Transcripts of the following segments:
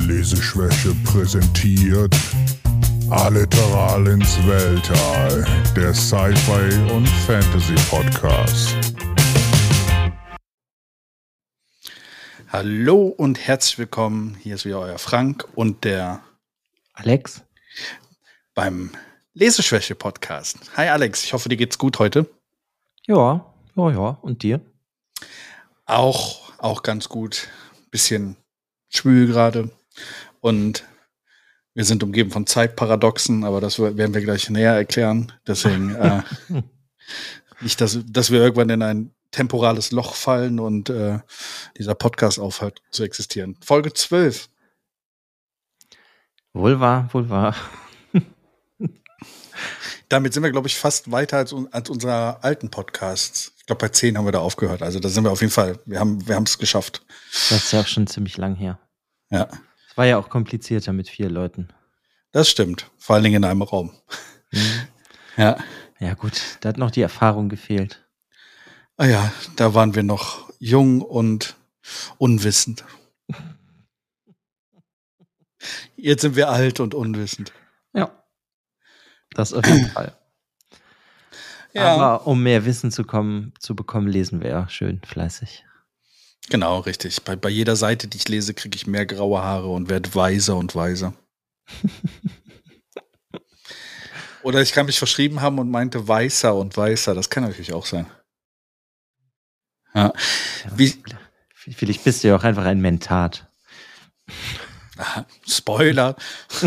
Leseschwäche präsentiert Alliteral ins Weltall, der Sci-Fi und Fantasy Podcast. Hallo und herzlich willkommen, hier ist wieder euer Frank und der Alex beim Leseschwäche Podcast. Hi Alex, ich hoffe dir geht's gut heute. Ja, und dir? Auch ganz gut, bisschen schwül gerade und wir sind umgeben von Zeitparadoxen, aber das werden wir gleich näher erklären. Deswegen nicht, dass wir irgendwann in ein temporales Loch fallen und dieser Podcast aufhört zu existieren. Folge 12. Wohl wahr. Damit sind wir, glaube ich, fast weiter als unserer alten Podcasts. Ich glaube, bei 10 haben wir da aufgehört. Also da sind wir auf jeden Fall, wir haben es geschafft. Das ist ja auch schon ziemlich lang her. Ja. Es war ja auch komplizierter mit 4 Leuten. Das stimmt. Vor allen Dingen in einem Raum. Mhm. Ja. Ja gut, da hat noch die Erfahrung gefehlt. Ah ja, da waren wir noch jung und unwissend. Jetzt sind wir alt und unwissend. Ja. Das auf jeden Fall. Ja. Aber um mehr Wissen zu bekommen, lesen wir ja schön fleißig. Genau, richtig. Bei jeder Seite, die ich lese, kriege ich mehr graue Haare und werde weiser und weiser. Oder ich kann mich verschrieben haben und meinte weißer und weißer. Das kann natürlich auch sein. Ja. Vielleicht bist du ja auch einfach ein Mentat. Aha, Spoiler.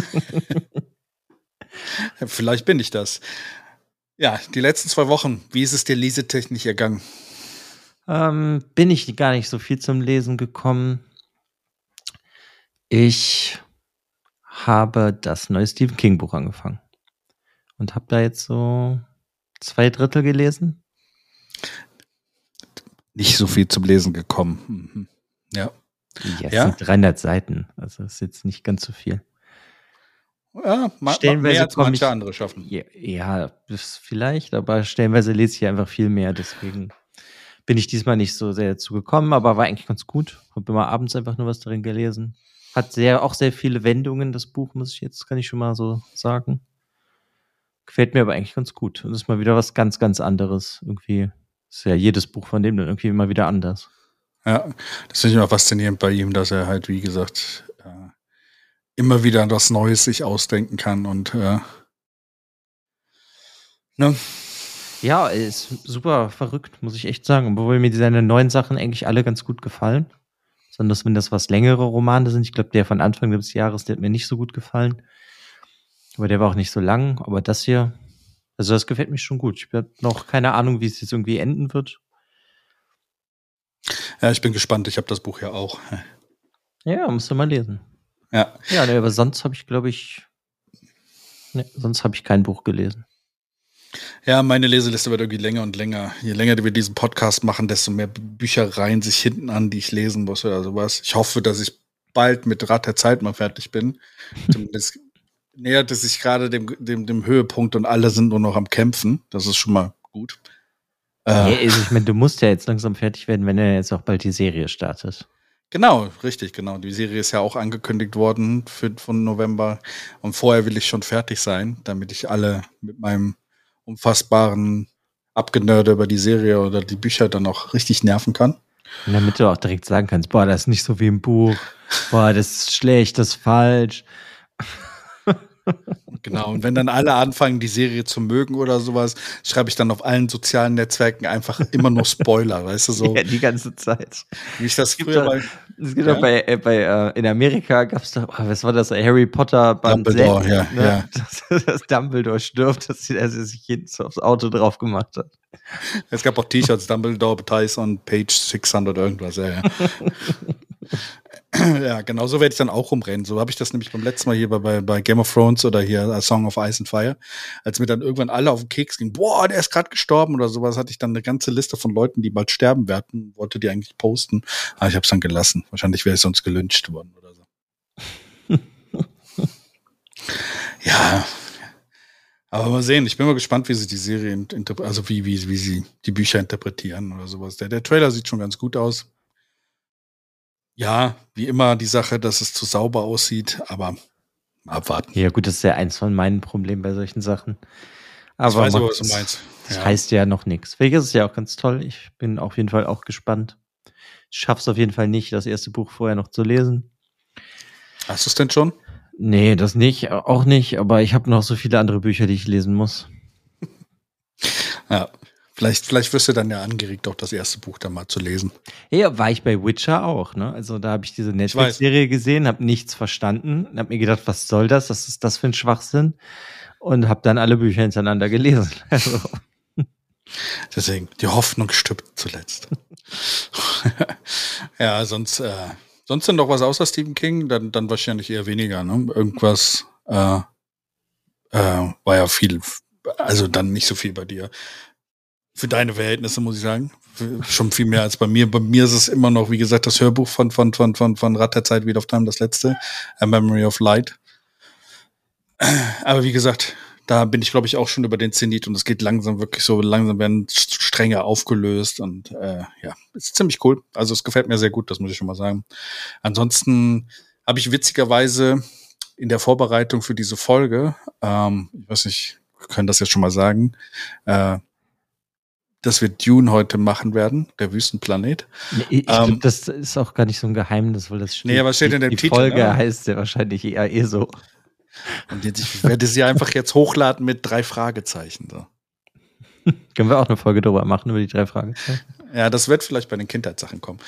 Vielleicht bin ich das. Ja, die letzten 2 Wochen, wie ist es dir lesetechnisch ergangen? Bin ich gar nicht so viel zum Lesen gekommen. Ich habe das neue Stephen King Buch angefangen und habe da jetzt so 2/3 gelesen. Nicht so viel zum Lesen gekommen. Mhm. Ja. Ja, es sind 300 Seiten, also ist jetzt nicht ganz so viel. Ja, mehr als manche andere schaffen. Ja, das vielleicht, aber stellenweise lese ich einfach viel mehr, deswegen bin ich diesmal nicht so sehr dazu gekommen, aber war eigentlich ganz gut. Habe immer abends einfach nur was darin gelesen. Hat auch sehr viele Wendungen, das Buch, kann ich schon mal so sagen. Gefällt mir aber eigentlich ganz gut. Und ist mal wieder was ganz, ganz anderes. Irgendwie ist ja jedes Buch von dem dann irgendwie immer wieder anders. Ja, das finde ich immer faszinierend bei ihm, dass er halt, wie gesagt, immer wieder was Neues sich ausdenken kann und ne? Ja, er ist super verrückt, muss ich echt sagen. Obwohl mir seine neuen Sachen eigentlich alle ganz gut gefallen. Besonders wenn das was längere Romane sind. Ich glaube, der von Anfang des Jahres, der hat mir nicht so gut gefallen. Aber der war auch nicht so lang. Aber das hier, also das gefällt mir schon gut. Ich habe noch keine Ahnung, wie es jetzt irgendwie enden wird. Ja, ich bin gespannt. Ich habe das Buch ja auch. Ja, musst du mal lesen. Ja. Ja, nee, aber sonst habe ich, sonst habe ich kein Buch gelesen. Ja, meine Leseliste wird irgendwie länger und länger. Je länger wir diesen Podcast machen, desto mehr Bücher reihen sich hinten an, die ich lesen muss oder sowas. Ich hoffe, dass ich bald mit Rat der Zeit mal fertig bin. Zumindest nähert es sich gerade dem Höhepunkt und alle sind nur noch am Kämpfen. Das ist schon mal gut. Also ich meine, du musst ja jetzt langsam fertig werden, wenn er jetzt auch bald die Serie startet. Genau, richtig, genau. Die Serie ist ja auch angekündigt worden von November. Und vorher will ich schon fertig sein, damit ich alle mit meinem unfassbaren Abgenörde über die Serie oder die Bücher dann auch richtig nerven kann. Und damit du auch direkt sagen kannst, boah, das ist nicht so wie im Buch. Boah, das ist schlecht, das ist falsch. Genau, und wenn dann alle anfangen, die Serie zu mögen oder sowas, schreibe ich dann auf allen sozialen Netzwerken einfach immer nur Spoiler, weißt du, so. Ja, die ganze Zeit. Wie ich das früher bei... Es gibt auch in Amerika gab es doch, was war das, Harry Potter Band Dumbledore, 6, ja, ja. Dass Dumbledore stirbt, dass er sich jedes aufs Auto drauf gemacht hat. Es gab auch T-Shirts, Dumbledore, Tyson, Page 600 irgendwas, ja. Ja, genau so werde ich dann auch rumrennen. So habe ich das nämlich beim letzten Mal hier bei Game of Thrones oder hier A Song of Ice and Fire, als mir dann irgendwann alle auf den Keks gingen, boah, der ist gerade gestorben oder sowas, hatte ich dann eine ganze Liste von Leuten, die bald sterben werden, wollte die eigentlich posten. Aber ich habe es dann gelassen. Wahrscheinlich wäre ich sonst gelyncht worden oder so. Ja, aber mal sehen. Ich bin mal gespannt, wie sie die Serie, also wie sie die Bücher interpretieren oder sowas. Der Trailer sieht schon ganz gut aus. Ja, wie immer die Sache, dass es zu sauber aussieht, aber abwarten. Ja, gut, das ist ja eins von meinen Problemen bei solchen Sachen. Ich weiß aber, macht was du meinst. Das Ja. heißt ja noch nichts. Vielleicht ist es ja auch ganz toll. Ich bin auf jeden Fall auch gespannt. Ich schaff's auf jeden Fall nicht, das erste Buch vorher noch zu lesen. Hast du es denn schon? Nee, das nicht, auch nicht, aber ich habe noch so viele andere Bücher, die ich lesen muss. Ja, vielleicht wirst du dann ja angeregt, auch das erste Buch dann mal zu lesen. Ja, war ich bei Witcher auch, ne? Also da habe ich diese Netflix-Serie gesehen, habe nichts verstanden, habe mir gedacht, was soll das? Was ist das für ein Schwachsinn? Und habe dann alle Bücher hintereinander gelesen. Also. Deswegen, die Hoffnung stirbt zuletzt. Ja, sonst denn noch was außer Stephen King? Dann wahrscheinlich eher weniger, ne? Irgendwas war ja viel, also dann nicht so viel bei dir. Für deine Verhältnisse, muss ich sagen. Schon viel mehr als bei mir. Bei mir ist es immer noch, wie gesagt, das Hörbuch von Rad der Zeit, Wheel of Time, das letzte. A Memory of Light. Aber wie gesagt, da bin ich, glaube ich, auch schon über den Zenit und es geht langsam werden Stränge aufgelöst und ja, ist ziemlich cool. Also es gefällt mir sehr gut, das muss ich schon mal sagen. Ansonsten habe ich witzigerweise in der Vorbereitung für diese Folge, ich weiß nicht, wir können das jetzt schon mal sagen, dass wir Dune heute machen werden, der Wüstenplanet. Nee, ich glaube, das ist auch gar nicht so ein Geheimnis, weil das steht. Nee, aber steht in dem Titel. Die Folge heißt ja wahrscheinlich eher so. Und ich werde sie einfach jetzt hochladen mit 3 Fragezeichen. So. Können wir auch eine Folge drüber machen, über die 3 Fragezeichen? Ja, das wird vielleicht bei den Kindheitssachen kommen.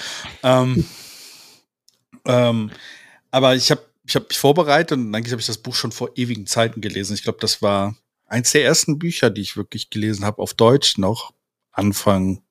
Aber ich habe mich vorbereitet und eigentlich habe ich das Buch schon vor ewigen Zeiten gelesen. Ich glaube, das war eins der ersten Bücher, die ich wirklich gelesen habe, auf Deutsch noch. Anfang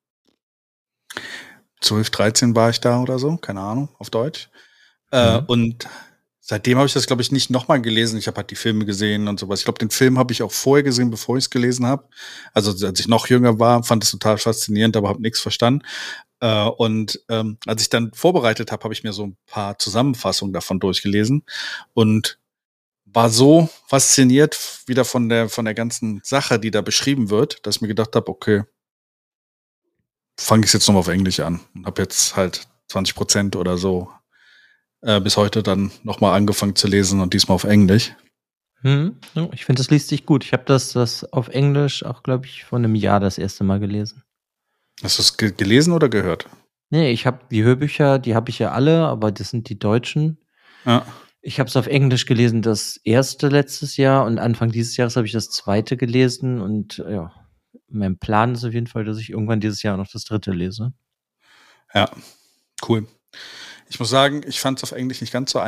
12, 13 war ich da oder so, keine Ahnung, auf Deutsch. Und seitdem habe ich das, glaube ich, nicht nochmal gelesen. Ich habe halt die Filme gesehen und sowas. Ich glaube, den Film habe ich auch vorher gesehen, bevor ich es gelesen habe. Also als ich noch jünger war, fand es total faszinierend, aber habe nichts verstanden. Und als ich dann vorbereitet habe, habe ich mir so ein paar Zusammenfassungen davon durchgelesen und war so fasziniert wieder von der ganzen Sache, die da beschrieben wird, dass ich mir gedacht habe, okay, fange ich es jetzt nochmal auf Englisch an und habe jetzt halt 20% oder so bis heute dann nochmal angefangen zu lesen und diesmal auf Englisch. Ich finde, das liest sich gut. Ich habe das auf Englisch auch, glaube ich, vor einem Jahr das erste Mal gelesen. Hast du es gelesen oder gehört? Nee, ich habe die Hörbücher, die habe ich ja alle, aber das sind die deutschen. Ja. Ich habe es auf Englisch gelesen, das erste letztes Jahr und Anfang dieses Jahres habe ich das zweite gelesen und ja, mein Plan ist auf jeden Fall, dass ich irgendwann dieses Jahr noch das dritte lese. Ja, cool. Ich muss sagen, ich fand es auf Englisch nicht ganz so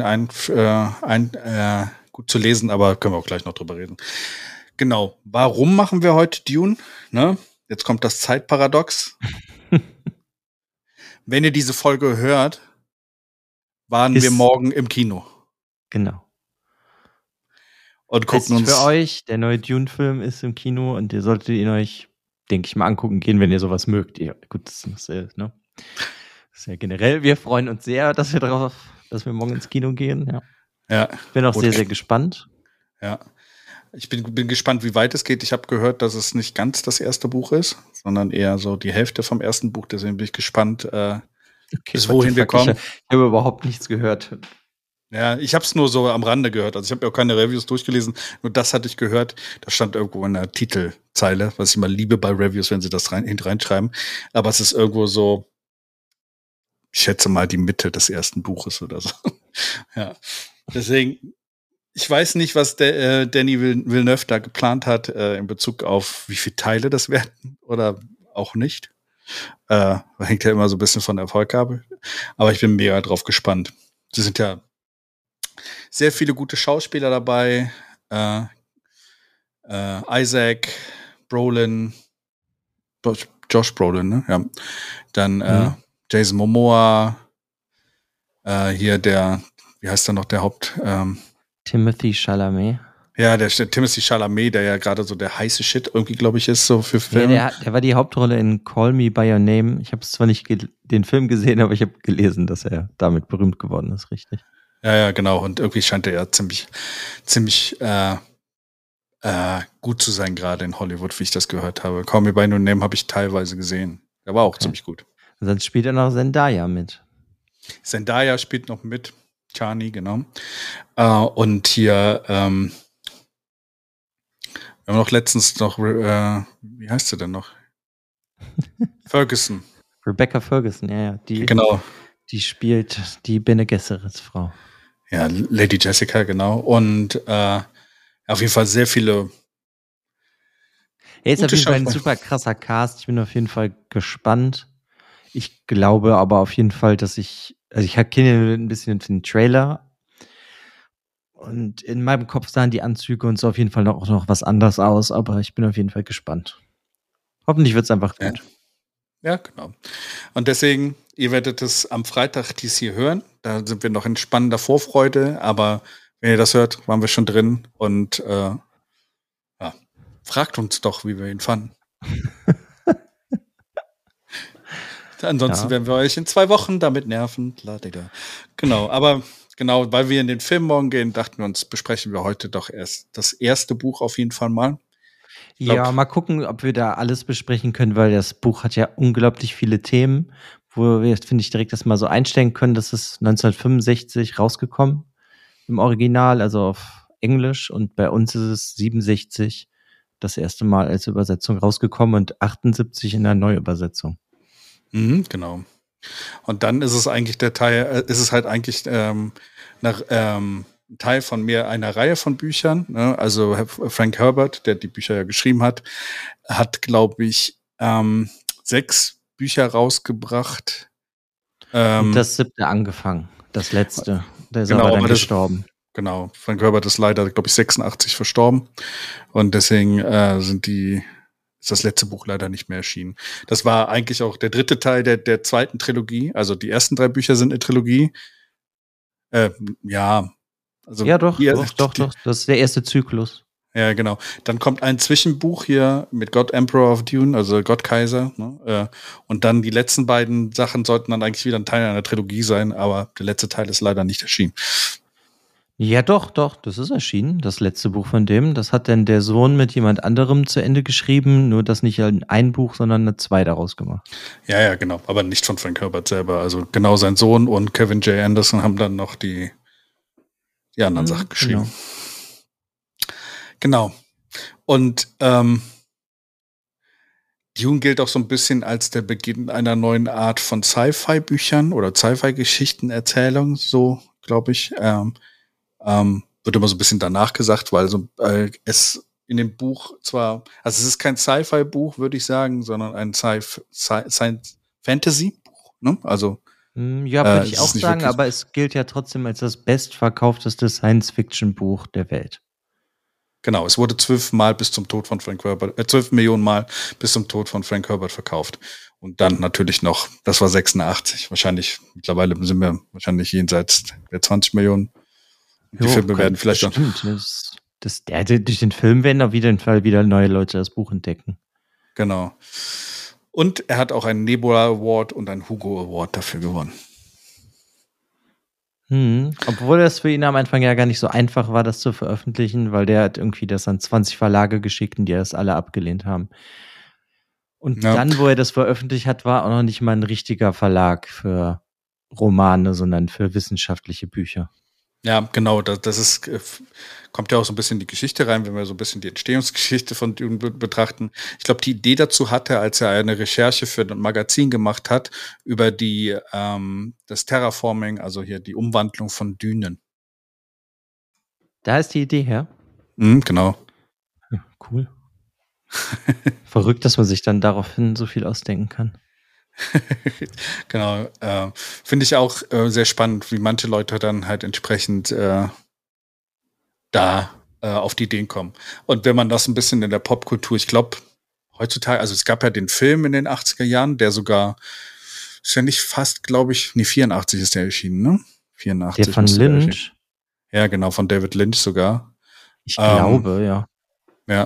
gut zu lesen, aber können wir auch gleich noch drüber reden. Genau. Warum machen wir heute Dune? Ne? Jetzt kommt das Zeitparadox. Wenn ihr diese Folge hört, waren wir morgen im Kino. Genau. Und gucken uns. Für euch, der neue Dune-Film ist im Kino und ihr solltet ihn euch, denke ich mal, angucken gehen, wenn ihr sowas mögt. Ja, gut, das ist ne? Das ist ja generell, wir freuen uns sehr, dass wir morgen ins Kino gehen. Ja. Ich bin auch sehr, sehr gespannt. Ja. Ich bin gespannt, wie weit es geht. Ich habe gehört, dass es nicht ganz das erste Buch ist, sondern eher so die Hälfte vom ersten Buch. Deswegen bin ich gespannt, bis wohin wir kommen. Ich habe überhaupt nichts gehört. Ja, ich habe es nur so am Rande gehört. Also ich habe ja auch keine Reviews durchgelesen. Nur das hatte ich gehört. Da stand irgendwo in der Titelzeile, was ich immer liebe bei Reviews, wenn sie das reinschreiben. Aber es ist irgendwo so, ich schätze mal die Mitte des ersten Buches oder so. Ja, deswegen, ich weiß nicht, was Danny Villeneuve da geplant hat in Bezug auf, wie viele Teile das werden oder auch nicht. Hängt ja immer so ein bisschen von der Erfolg ab. Aber ich bin mega drauf gespannt. Sie sind ja sehr viele gute Schauspieler dabei. Isaac, Brolin, Josh Brolin, ne? Ja. Dann Jason Momoa, hier wie heißt der noch, der Timothée Chalamet. Ja, der Timothée Chalamet, der ja gerade so der heiße Shit irgendwie, glaube ich, ist, so für Filme. Ja, der war die Hauptrolle in Call Me By Your Name. Ich habe zwar nicht den Film gesehen, aber ich habe gelesen, dass er damit berühmt geworden ist, richtig? Ja, genau. Und irgendwie scheint er ja ziemlich gut zu sein, gerade in Hollywood, wie ich das gehört habe. Call Me By Your Name habe ich teilweise gesehen. Der war auch ziemlich gut. Und sonst spielt er noch Zendaya mit. Zendaya spielt noch mit. Chani, genau. Und hier, wir haben noch letztens noch, wie heißt sie denn noch? Ferguson. Rebecca Ferguson, ja. Genau. Die spielt die Bene Gesserits Frau. Ja, Lady Jessica, genau. Und auf jeden Fall sehr viele. Er ist auf jeden Fall ein super krasser Cast. Ich bin auf jeden Fall gespannt. Ich glaube aber auf jeden Fall, dass ich kenne ein bisschen den Trailer. Und in meinem Kopf sahen die Anzüge und so auf jeden Fall auch noch was anderes aus, aber ich bin auf jeden Fall gespannt. Hoffentlich wird es einfach gut. Ja, genau. Und deswegen, ihr werdet es am Freitag dies hier hören. Da sind wir noch in spannender Vorfreude, aber wenn ihr das hört, waren wir schon drin und fragt uns doch, wie wir ihn fanden. Ansonsten werden wir euch in 2 Wochen damit nerven. Genau, aber genau, weil wir in den Film morgen gehen, dachten wir uns, besprechen wir heute doch erst das erste Buch auf jeden Fall mal. Ja, mal gucken, ob wir da alles besprechen können, weil das Buch hat ja unglaublich viele Themen, wo wir, finde ich, direkt das mal so einstellen können. Das ist 1965 rausgekommen im Original, also auf Englisch, und bei uns ist es 67 das erste Mal als Übersetzung rausgekommen und 78 in der Neuübersetzung. Genau. Und dann ist es eigentlich Teil von einer Reihe von Büchern. Ne? Also Frank Herbert, der die Bücher ja geschrieben hat, glaube ich, 6 Bücher rausgebracht. Und das 7. angefangen, das letzte. Der ist aber dann gestorben. Genau, Frank Herbert ist leider, glaube ich, 86 verstorben. Und deswegen ist das letzte Buch leider nicht mehr erschienen. Das war eigentlich auch der 3. Teil der zweiten Trilogie. Also die ersten 3 Bücher sind eine Trilogie. Ja, doch. Das ist der erste Zyklus. Ja, genau. Dann kommt ein Zwischenbuch hier mit God Emperor of Dune, also Gott Kaiser. Ne? Und dann die letzten beiden Sachen sollten dann eigentlich wieder ein Teil einer Trilogie sein, aber der letzte Teil ist leider nicht erschienen. Ja, doch, das ist erschienen, das letzte Buch von dem. Das hat dann der Sohn mit jemand anderem zu Ende geschrieben, nur das nicht ein Buch, sondern 2 daraus gemacht. Ja, genau, aber nicht von Frank Herbert selber. Also genau sein Sohn und Kevin J. Anderson haben dann noch die anderen Sachen geschrieben. Genau. Und Dune gilt auch so ein bisschen als der Beginn einer neuen Art von Sci-Fi-Büchern oder Sci-Fi-Geschichtenerzählung, so glaube ich. Wird immer so ein bisschen danach gesagt, weil es in dem Buch zwar, also es ist kein Sci-Fi-Buch, würde ich sagen, sondern ein Science-Fantasy-Buch, ne? Also ja, würde ich auch sagen, aber es gilt ja trotzdem als das bestverkaufteste Science-Fiction-Buch der Welt. Genau, es wurde 12 Mal bis zum Tod von Frank Herbert, 12 Millionen Mal bis zum Tod von Frank Herbert verkauft. Und dann natürlich noch, das war 86, mittlerweile sind wir wahrscheinlich jenseits der 20 Millionen. Die Filme werden vielleicht noch. Durch den Film werden auf jeden Fall wieder neue Leute das Buch entdecken. Genau. Und er hat auch einen Nebula Award und einen Hugo Award dafür gewonnen. Obwohl das für ihn am Anfang ja gar nicht so einfach war, das zu veröffentlichen, weil der hat irgendwie das an 20 Verlage geschickt und die das alle abgelehnt haben. Und dann, wo er das veröffentlicht hat, war auch noch nicht mal ein richtiger Verlag für Romane, sondern für wissenschaftliche Bücher. Ja, genau, das ist, kommt ja auch so ein bisschen die Geschichte rein, wenn wir so ein bisschen die Entstehungsgeschichte von Dune betrachten. Ich glaube, die Idee dazu hatte, als er eine Recherche für ein Magazin gemacht hat, über das Terraforming, also hier die Umwandlung von Dünen. Da ist die Idee her? Genau. Ja, cool. Verrückt, dass man sich dann daraufhin so viel ausdenken kann. Genau, finde ich auch sehr spannend, wie manche Leute dann halt entsprechend auf die Ideen kommen. Und wenn man das ein bisschen in der Popkultur, ich glaube, heutzutage, also es gab ja den Film in den 80er Jahren, der sogar, ist ja nicht fast, glaube ich, 84 ist der erschienen, ne? 84. Der von Lynch? Ja, genau, von David Lynch sogar. Ich glaube, ja. Ja.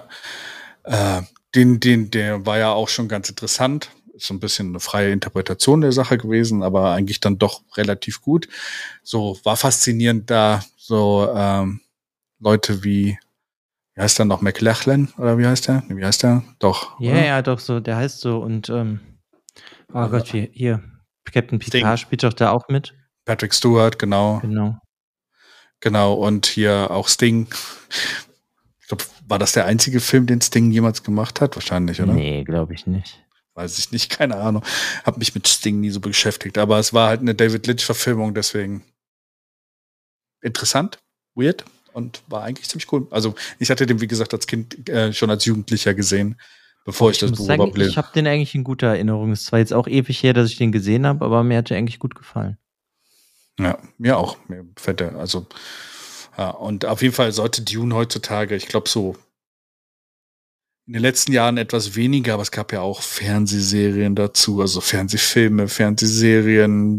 Der war ja auch schon ganz interessant. Ist so ein bisschen eine freie Interpretation der Sache gewesen, aber eigentlich dann doch relativ gut. So, war faszinierend, da so Leute wie heißt der noch, McLachlan, oder wie heißt der? Wie heißt der? Doch. Ja, doch, so, der heißt so und oh Gott, hier, Captain Picard spielt doch da auch mit. Patrick Stewart, genau. Genau. Genau, und hier auch Sting. Ich glaube, war das der einzige Film, den Sting jemals gemacht hat? Wahrscheinlich, oder? Nee, glaube ich nicht. Weiß ich nicht, keine Ahnung. Hab mich mit Sting nie so beschäftigt, aber es war halt eine David Lynch-Verfilmung, deswegen interessant, weird und war eigentlich ziemlich cool. Also ich hatte den, wie gesagt, als Kind schon als Jugendlicher gesehen, bevor ich das muss Buch sagen, überhaupt lese. ich habe den eigentlich in guter Erinnerung. Es ist zwar jetzt auch ewig her, dass ich den gesehen habe, aber mir hat er eigentlich gut gefallen. Ja, mir auch. Mir gefällt der. Also, ja, und auf jeden Fall sollte Dune heutzutage, ich glaube so in den letzten Jahren etwas weniger, aber es gab ja auch Fernsehserien dazu, also Fernsehfilme, Fernsehserien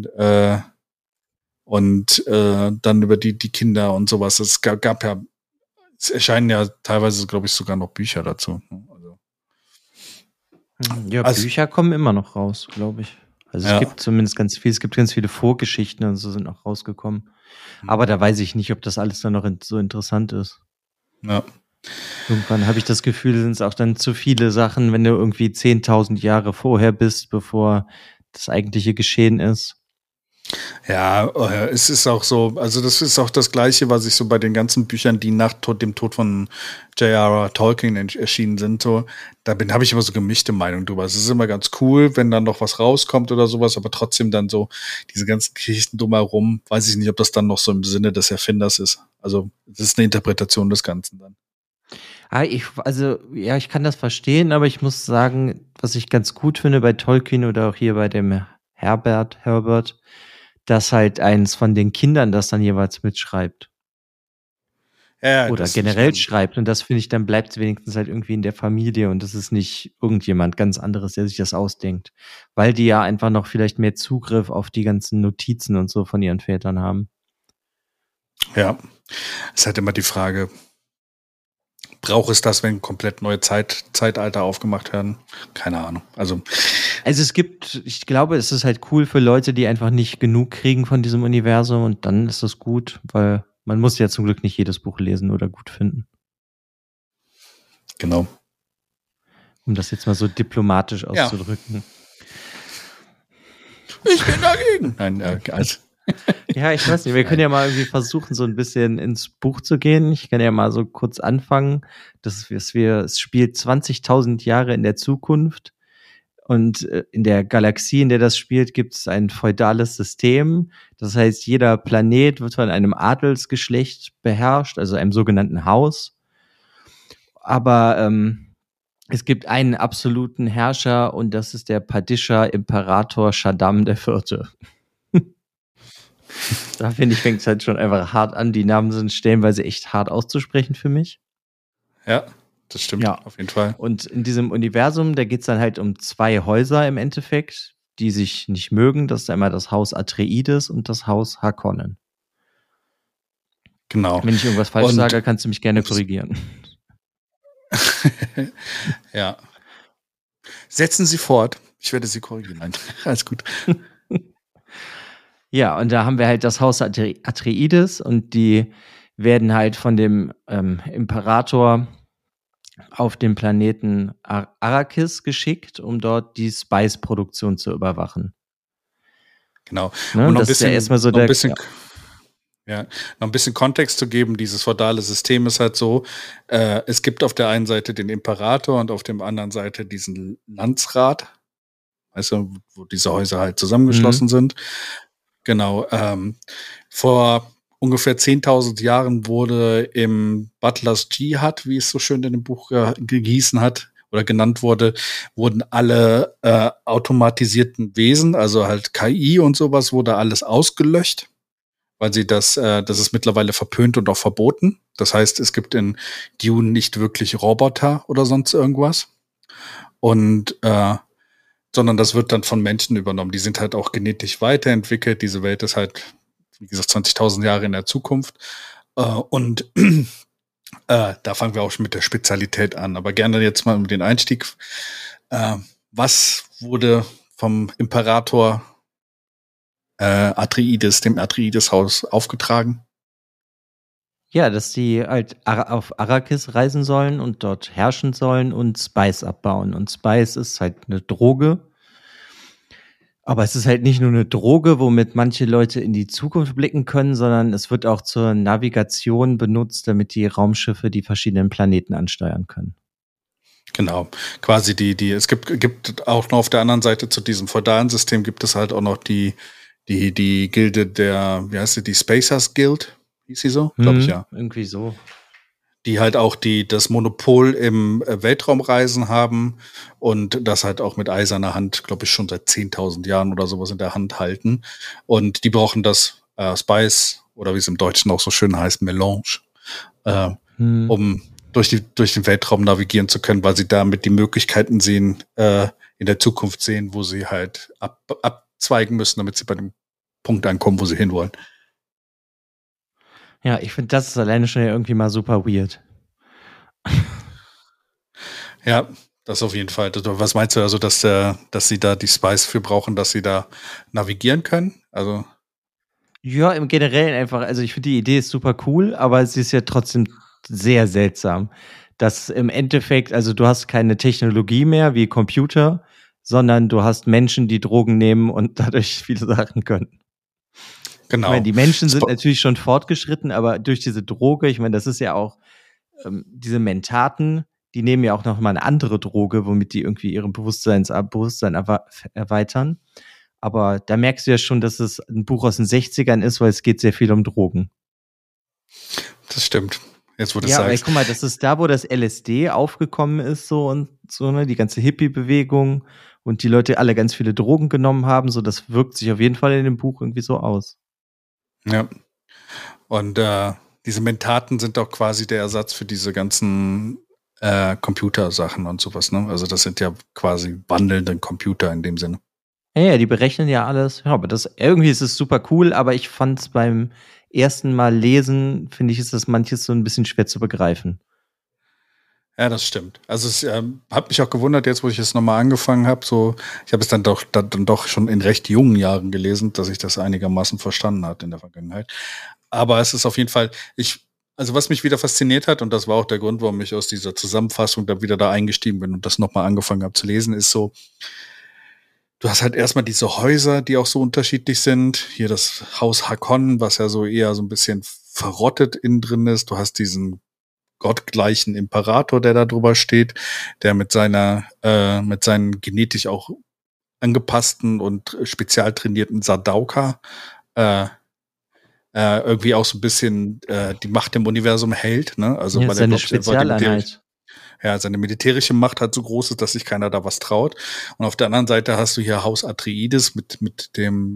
und dann über die Kinder und sowas. Es gab ja, es erscheinen ja teilweise, glaube ich, sogar noch Bücher dazu. Also, Ja, also, Bücher kommen immer noch raus, glaube ich. Also Ja. es gibt zumindest ganz viel, es gibt ganz viele Vorgeschichten und so sind auch rausgekommen. Aber da weiß ich nicht, ob das alles dann noch so interessant ist. Ja. Irgendwann habe ich das Gefühl, sind es auch dann zu viele Sachen, wenn du irgendwie 10.000 Jahre vorher bist, bevor das eigentliche Geschehen ist. Ja, es ist auch so, also das ist auch das Gleiche, was ich so bei den ganzen Büchern, die nach dem Tod von J.R.R. Tolkien erschienen sind, so, habe ich immer so gemischte Meinung drüber. Es ist immer ganz cool, wenn dann noch was rauskommt oder sowas, aber trotzdem dann so diese ganzen Geschichten drumherum, weiß ich nicht, ob das dann noch so im Sinne des Erfinders ist. Also, es ist eine Interpretation des Ganzen dann. Ich kann das verstehen, aber ich muss sagen, was ich ganz gut finde bei Tolkien oder auch hier bei dem Herbert, dass halt eins von den Kindern das dann jeweils mitschreibt. Ja, Oder generell schreibt. Und das finde ich, dann bleibt es wenigstens halt irgendwie in der Familie und das ist nicht irgendjemand ganz anderes, der sich das ausdenkt. Weil die ja einfach noch vielleicht mehr Zugriff auf die ganzen Notizen und so von ihren Vätern haben. Ja, es ist halt immer die Frage, braucht es das, wenn komplett neue Zeitalter aufgemacht werden? Keine Ahnung. Also ich glaube, es ist halt cool für Leute, die einfach nicht genug kriegen von diesem Universum und dann ist das gut, weil man muss ja zum Glück nicht jedes Buch lesen oder gut finden. Genau. Um das jetzt mal so diplomatisch auszudrücken. Ich bin dagegen. Nein, also. Ja, ich weiß nicht, wir können ja mal irgendwie versuchen, so ein bisschen ins Buch zu gehen. Ich kann ja mal so kurz anfangen. Es spielt 20.000 Jahre in der Zukunft. Und in der Galaxie, in der das spielt, gibt es ein feudales System. Das heißt, jeder Planet wird von einem Adelsgeschlecht beherrscht, also einem sogenannten Haus. Aber es gibt einen absoluten Herrscher und das ist der Padischer Imperator Shaddam IV. Da finde ich, fängt es halt schon einfach hart an. Die Namen sind stellenweise echt hart auszusprechen für mich. Ja, das stimmt, auf jeden Fall. Und in diesem Universum, da geht es dann halt um 2 Häuser im Endeffekt, die sich nicht mögen. Das ist einmal das Haus Atreides und das Haus Harkonnen. Genau. Wenn ich irgendwas falsch sage, kannst du mich gerne korrigieren. Ja. Setzen Sie fort. Ich werde Sie korrigieren. Nein, alles gut. Ja, und da haben wir halt das Haus Atreides und die werden halt von dem Imperator auf den Planeten Arrakis geschickt, um dort die Spice-Produktion zu überwachen. Genau. Ne? Und noch ein bisschen Kontext zu geben, dieses feudale System ist halt so, es gibt auf der einen Seite den Imperator und auf der anderen Seite diesen Landsrat, weißt du, wo diese Häuser halt zusammengeschlossen sind. Genau. Vor ungefähr 10.000 Jahren wurde im Butlers Jihad, wie es so schön in dem Buch gehießen hat oder genannt wurde, wurden alle automatisierten Wesen, also halt KI und sowas, wurde alles ausgelöscht, weil das ist mittlerweile verpönt und auch verboten. Das heißt, es gibt in Dune nicht wirklich Roboter oder sonst irgendwas. Und sondern das wird dann von Menschen übernommen. Die sind halt auch genetisch weiterentwickelt. Diese Welt ist halt, wie gesagt, 20.000 Jahre in der Zukunft. Und da fangen wir auch schon mit der Spezialität an. Aber gerne jetzt mal den Einstieg. Was wurde vom Imperator Atreides, dem Atreides-Haus, aufgetragen? Ja, dass die halt auf Arrakis reisen sollen und dort herrschen sollen und Spice abbauen. Und Spice ist halt eine Droge. Aber es ist halt nicht nur eine Droge, womit manche Leute in die Zukunft blicken können, sondern es wird auch zur Navigation benutzt, damit die Raumschiffe die verschiedenen Planeten ansteuern können. Genau, quasi es gibt auch noch auf der anderen Seite zu diesem feudalen System gibt es halt auch noch die Gilde wie heißt sie, die Spacers Guild, hieß sie so? Glaube ich, ja. Irgendwie so. Die halt auch das Monopol im Weltraumreisen haben und das halt auch mit eiserner Hand, glaube ich, schon seit 10.000 Jahren oder sowas in der Hand halten. Und die brauchen das Spice, oder wie es im Deutschen auch so schön heißt, Melange, um durch den Weltraum navigieren zu können, weil sie damit die Möglichkeiten sehen, in der Zukunft sehen, wo sie halt abzweigen müssen, damit sie bei dem Punkt ankommen, wo sie hinwollen. Ja, ich finde, das ist alleine schon irgendwie mal super weird. Ja, das auf jeden Fall. Was meinst du also, dass sie da die Spice für brauchen, dass sie da navigieren können? Also ja, im Generellen einfach. Also ich finde die Idee ist super cool, aber es ist ja trotzdem sehr seltsam, dass im Endeffekt, also du hast keine Technologie mehr wie Computer, sondern du hast Menschen, die Drogen nehmen und dadurch viele Sachen können. genau. Ich meine, die Menschen sind natürlich schon fortgeschritten, aber durch diese Droge, ich meine, das ist ja auch diese Mentaten, die nehmen ja auch noch mal eine andere Droge, womit die irgendwie ihren Bewusstsein erweitern. Aber da merkst du ja schon, dass es ein Buch aus den 60ern ist, weil es geht sehr viel um Drogen. Das stimmt. Jetzt, wo du ja, sagst. Ja, guck mal, das ist da, wo das LSD aufgekommen ist, so und so, ne, die ganze Hippie-Bewegung und die Leute alle ganz viele Drogen genommen haben, so das wirkt sich auf jeden Fall in dem Buch irgendwie so aus. Ja. Und diese Mentaten sind auch quasi der Ersatz für diese ganzen Computersachen und sowas, ne? Also das sind ja quasi wandelnde Computer in dem Sinne. Ja, die berechnen ja alles. Ja, aber irgendwie ist es super cool, aber ich fand es beim ersten Mal lesen, finde ich, ist das manches so ein bisschen schwer zu begreifen. Ja, das stimmt. Also es hat mich auch gewundert, jetzt wo ich es nochmal angefangen habe, ich habe es dann doch schon in recht jungen Jahren gelesen, dass ich das einigermaßen verstanden hat in der Vergangenheit. Aber es ist auf jeden Fall, also was mich wieder fasziniert hat, und das war auch der Grund, warum ich aus dieser Zusammenfassung da wieder da eingestiegen bin und das nochmal angefangen habe zu lesen, ist so, du hast halt erstmal diese Häuser, die auch so unterschiedlich sind. Hier das Haus Harkonnen, was ja so eher so ein bisschen verrottet innen drin ist. Du hast diesen gottgleichen Imperator, der da drüber steht, der mit seinen genetisch auch angepassten und spezial trainierten Sadauka irgendwie auch so ein bisschen die Macht im Universum hält, ne? Also ja, weil seine Spezialeinheit. Seine militärische Macht halt so groß ist, dass sich keiner da was traut. Und auf der anderen Seite hast du hier Haus Atreides mit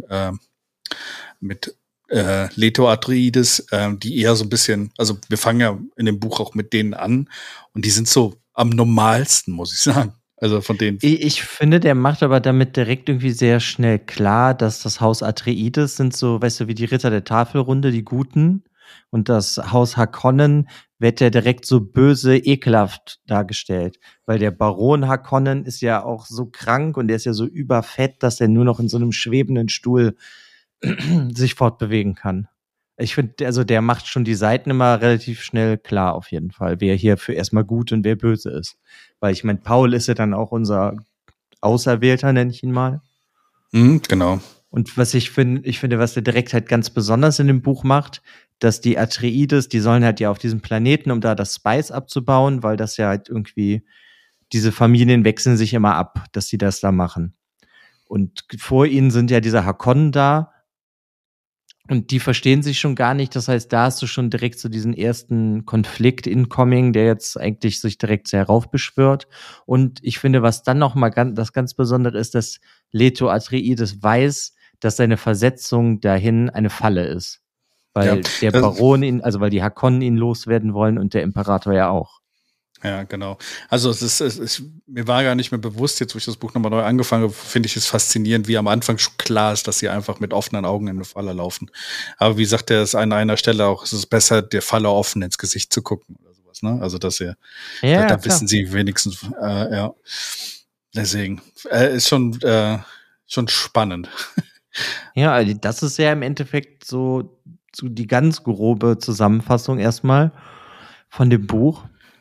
Leto Atreides, die eher so ein bisschen, also wir fangen ja in dem Buch auch mit denen an und die sind so am normalsten, muss ich sagen. Also von denen. Ich finde, der macht aber damit direkt irgendwie sehr schnell klar, dass das Haus Atreides sind so, weißt du, wie die Ritter der Tafelrunde, die Guten. Und das Haus Harkonnen wird ja direkt so böse, ekelhaft dargestellt. Weil der Baron Harkonnen ist ja auch so krank und der ist ja so überfett, dass er nur noch in so einem schwebenden Stuhl sich fortbewegen kann. Ich finde, also der macht schon die Seiten immer relativ schnell klar auf jeden Fall, wer hier für erstmal gut und wer böse ist. Weil ich meine, Paul ist ja dann auch unser Auserwählter, nenne ich ihn mal. Genau. Und was ich finde, was der direkt halt ganz besonders in dem Buch macht, dass die Atreides, die sollen halt ja auf diesem Planeten, um da das Spice abzubauen, weil das ja halt irgendwie, diese Familien wechseln sich immer ab, dass sie das da machen. Und vor ihnen sind ja diese Harkonnen da und die verstehen sich schon gar nicht. Das heißt, da hast du schon direkt so diesen ersten Konflikt incoming, der jetzt eigentlich sich direkt sehr heraufbeschwört. Und ich finde, was dann noch mal das ganz Besondere ist, dass Leto Atreides weiß, dass seine Versetzung dahin eine Falle ist. Weil der Baron weil die Harkonnen ihn loswerden wollen und der Imperator ja auch. Ja, genau. Also mir war gar nicht mehr bewusst, jetzt wo ich das Buch nochmal neu angefangen habe, finde ich es faszinierend, wie am Anfang schon klar ist, dass sie einfach mit offenen Augen in eine Falle laufen. Aber wie sagt er es an einer Stelle auch, es ist besser, der Falle offen ins Gesicht zu gucken oder sowas, ne? Also da wissen sie wenigstens, ja. Deswegen, ist schon spannend. Ja, das ist ja im Endeffekt so die ganz grobe Zusammenfassung erstmal von dem Buch.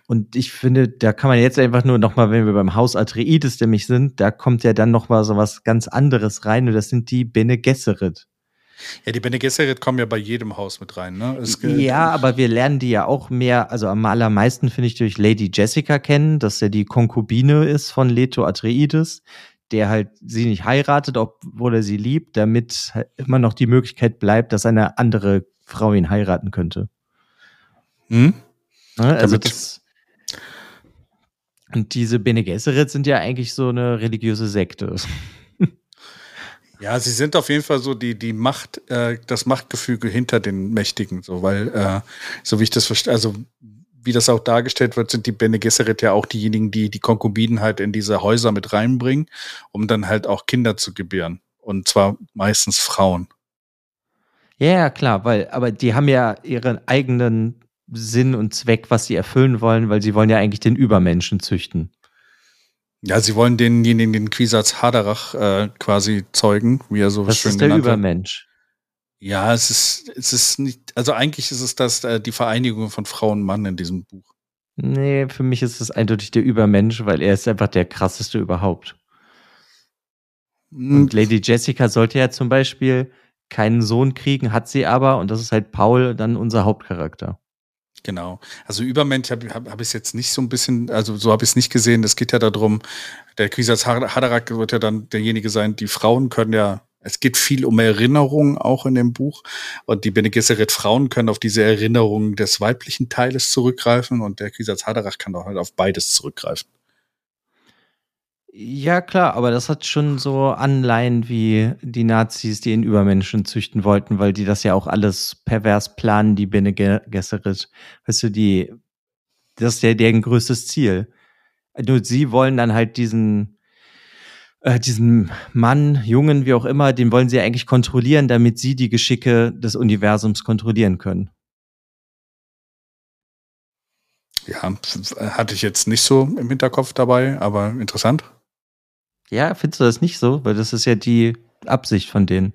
Und ich finde, da kann man jetzt einfach nur nochmal, wenn wir beim Haus Atreides nämlich sind, da kommt ja dann nochmal so was ganz anderes rein und das sind die Bene Gesserit. Ja, die Bene Gesserit kommen ja bei jedem Haus mit rein, ne? Ja, aber wir lernen die ja auch mehr, also am allermeisten finde ich durch Lady Jessica kennen, dass er die Konkubine ist von Leto Atreides, der halt sie nicht heiratet, obwohl er sie liebt, damit halt immer noch die Möglichkeit bleibt, dass eine andere Frau ihn heiraten könnte. Hm? Also und diese Bene Gesserit sind ja eigentlich so eine religiöse Sekte. Ja, sie sind auf jeden Fall so die Macht, das Machtgefüge hinter den Mächtigen, so, weil, so wie ich das verstehe, also wie das auch dargestellt wird, sind die Bene Gesserit ja auch diejenigen, die Konkubinen halt in diese Häuser mit reinbringen, um dann halt auch Kinder zu gebären. Und zwar meistens Frauen. Ja, klar, aber die haben ja ihren eigenen Sinn und Zweck, was sie erfüllen wollen, weil sie wollen ja eigentlich den Übermenschen züchten. Ja, sie wollen denjenigen, den Kwisatz Haderach quasi zeugen, wie er so das schön ist der genannt wird. Übermensch. Ja, es ist nicht, also eigentlich ist es die Vereinigung von Frau und Mann in diesem Buch. Nee, für mich ist es eindeutig der Übermensch, weil er ist einfach der krasseste überhaupt. Und Lady Jessica sollte ja zum Beispiel keinen Sohn kriegen, hat sie aber, und das ist halt Paul, dann unser Hauptcharakter. Genau. Also Übermensch hab ich es jetzt nicht so ein bisschen, also so habe ich es nicht gesehen. Es geht ja darum, der Kwisatz Haderach wird ja dann derjenige sein, die Frauen können ja, es geht viel um Erinnerungen auch in dem Buch. Und die Bene Gesserit Frauen können auf diese Erinnerungen des weiblichen Teiles zurückgreifen und der Kwisatz Haderach kann auch halt auf beides zurückgreifen. Ja, klar, aber das hat schon so Anleihen wie die Nazis, die in Übermenschen züchten wollten, weil die das ja auch alles pervers planen, die Bene Gesserit. Weißt du, das ist ja deren größtes Ziel. Nur sie wollen dann halt diesen Mann, Jungen, wie auch immer, den wollen sie eigentlich kontrollieren, damit sie die Geschicke des Universums kontrollieren können. Ja, hatte ich jetzt nicht so im Hinterkopf dabei, aber interessant. Ja, findest du das nicht so? Weil das ist ja die Absicht von denen.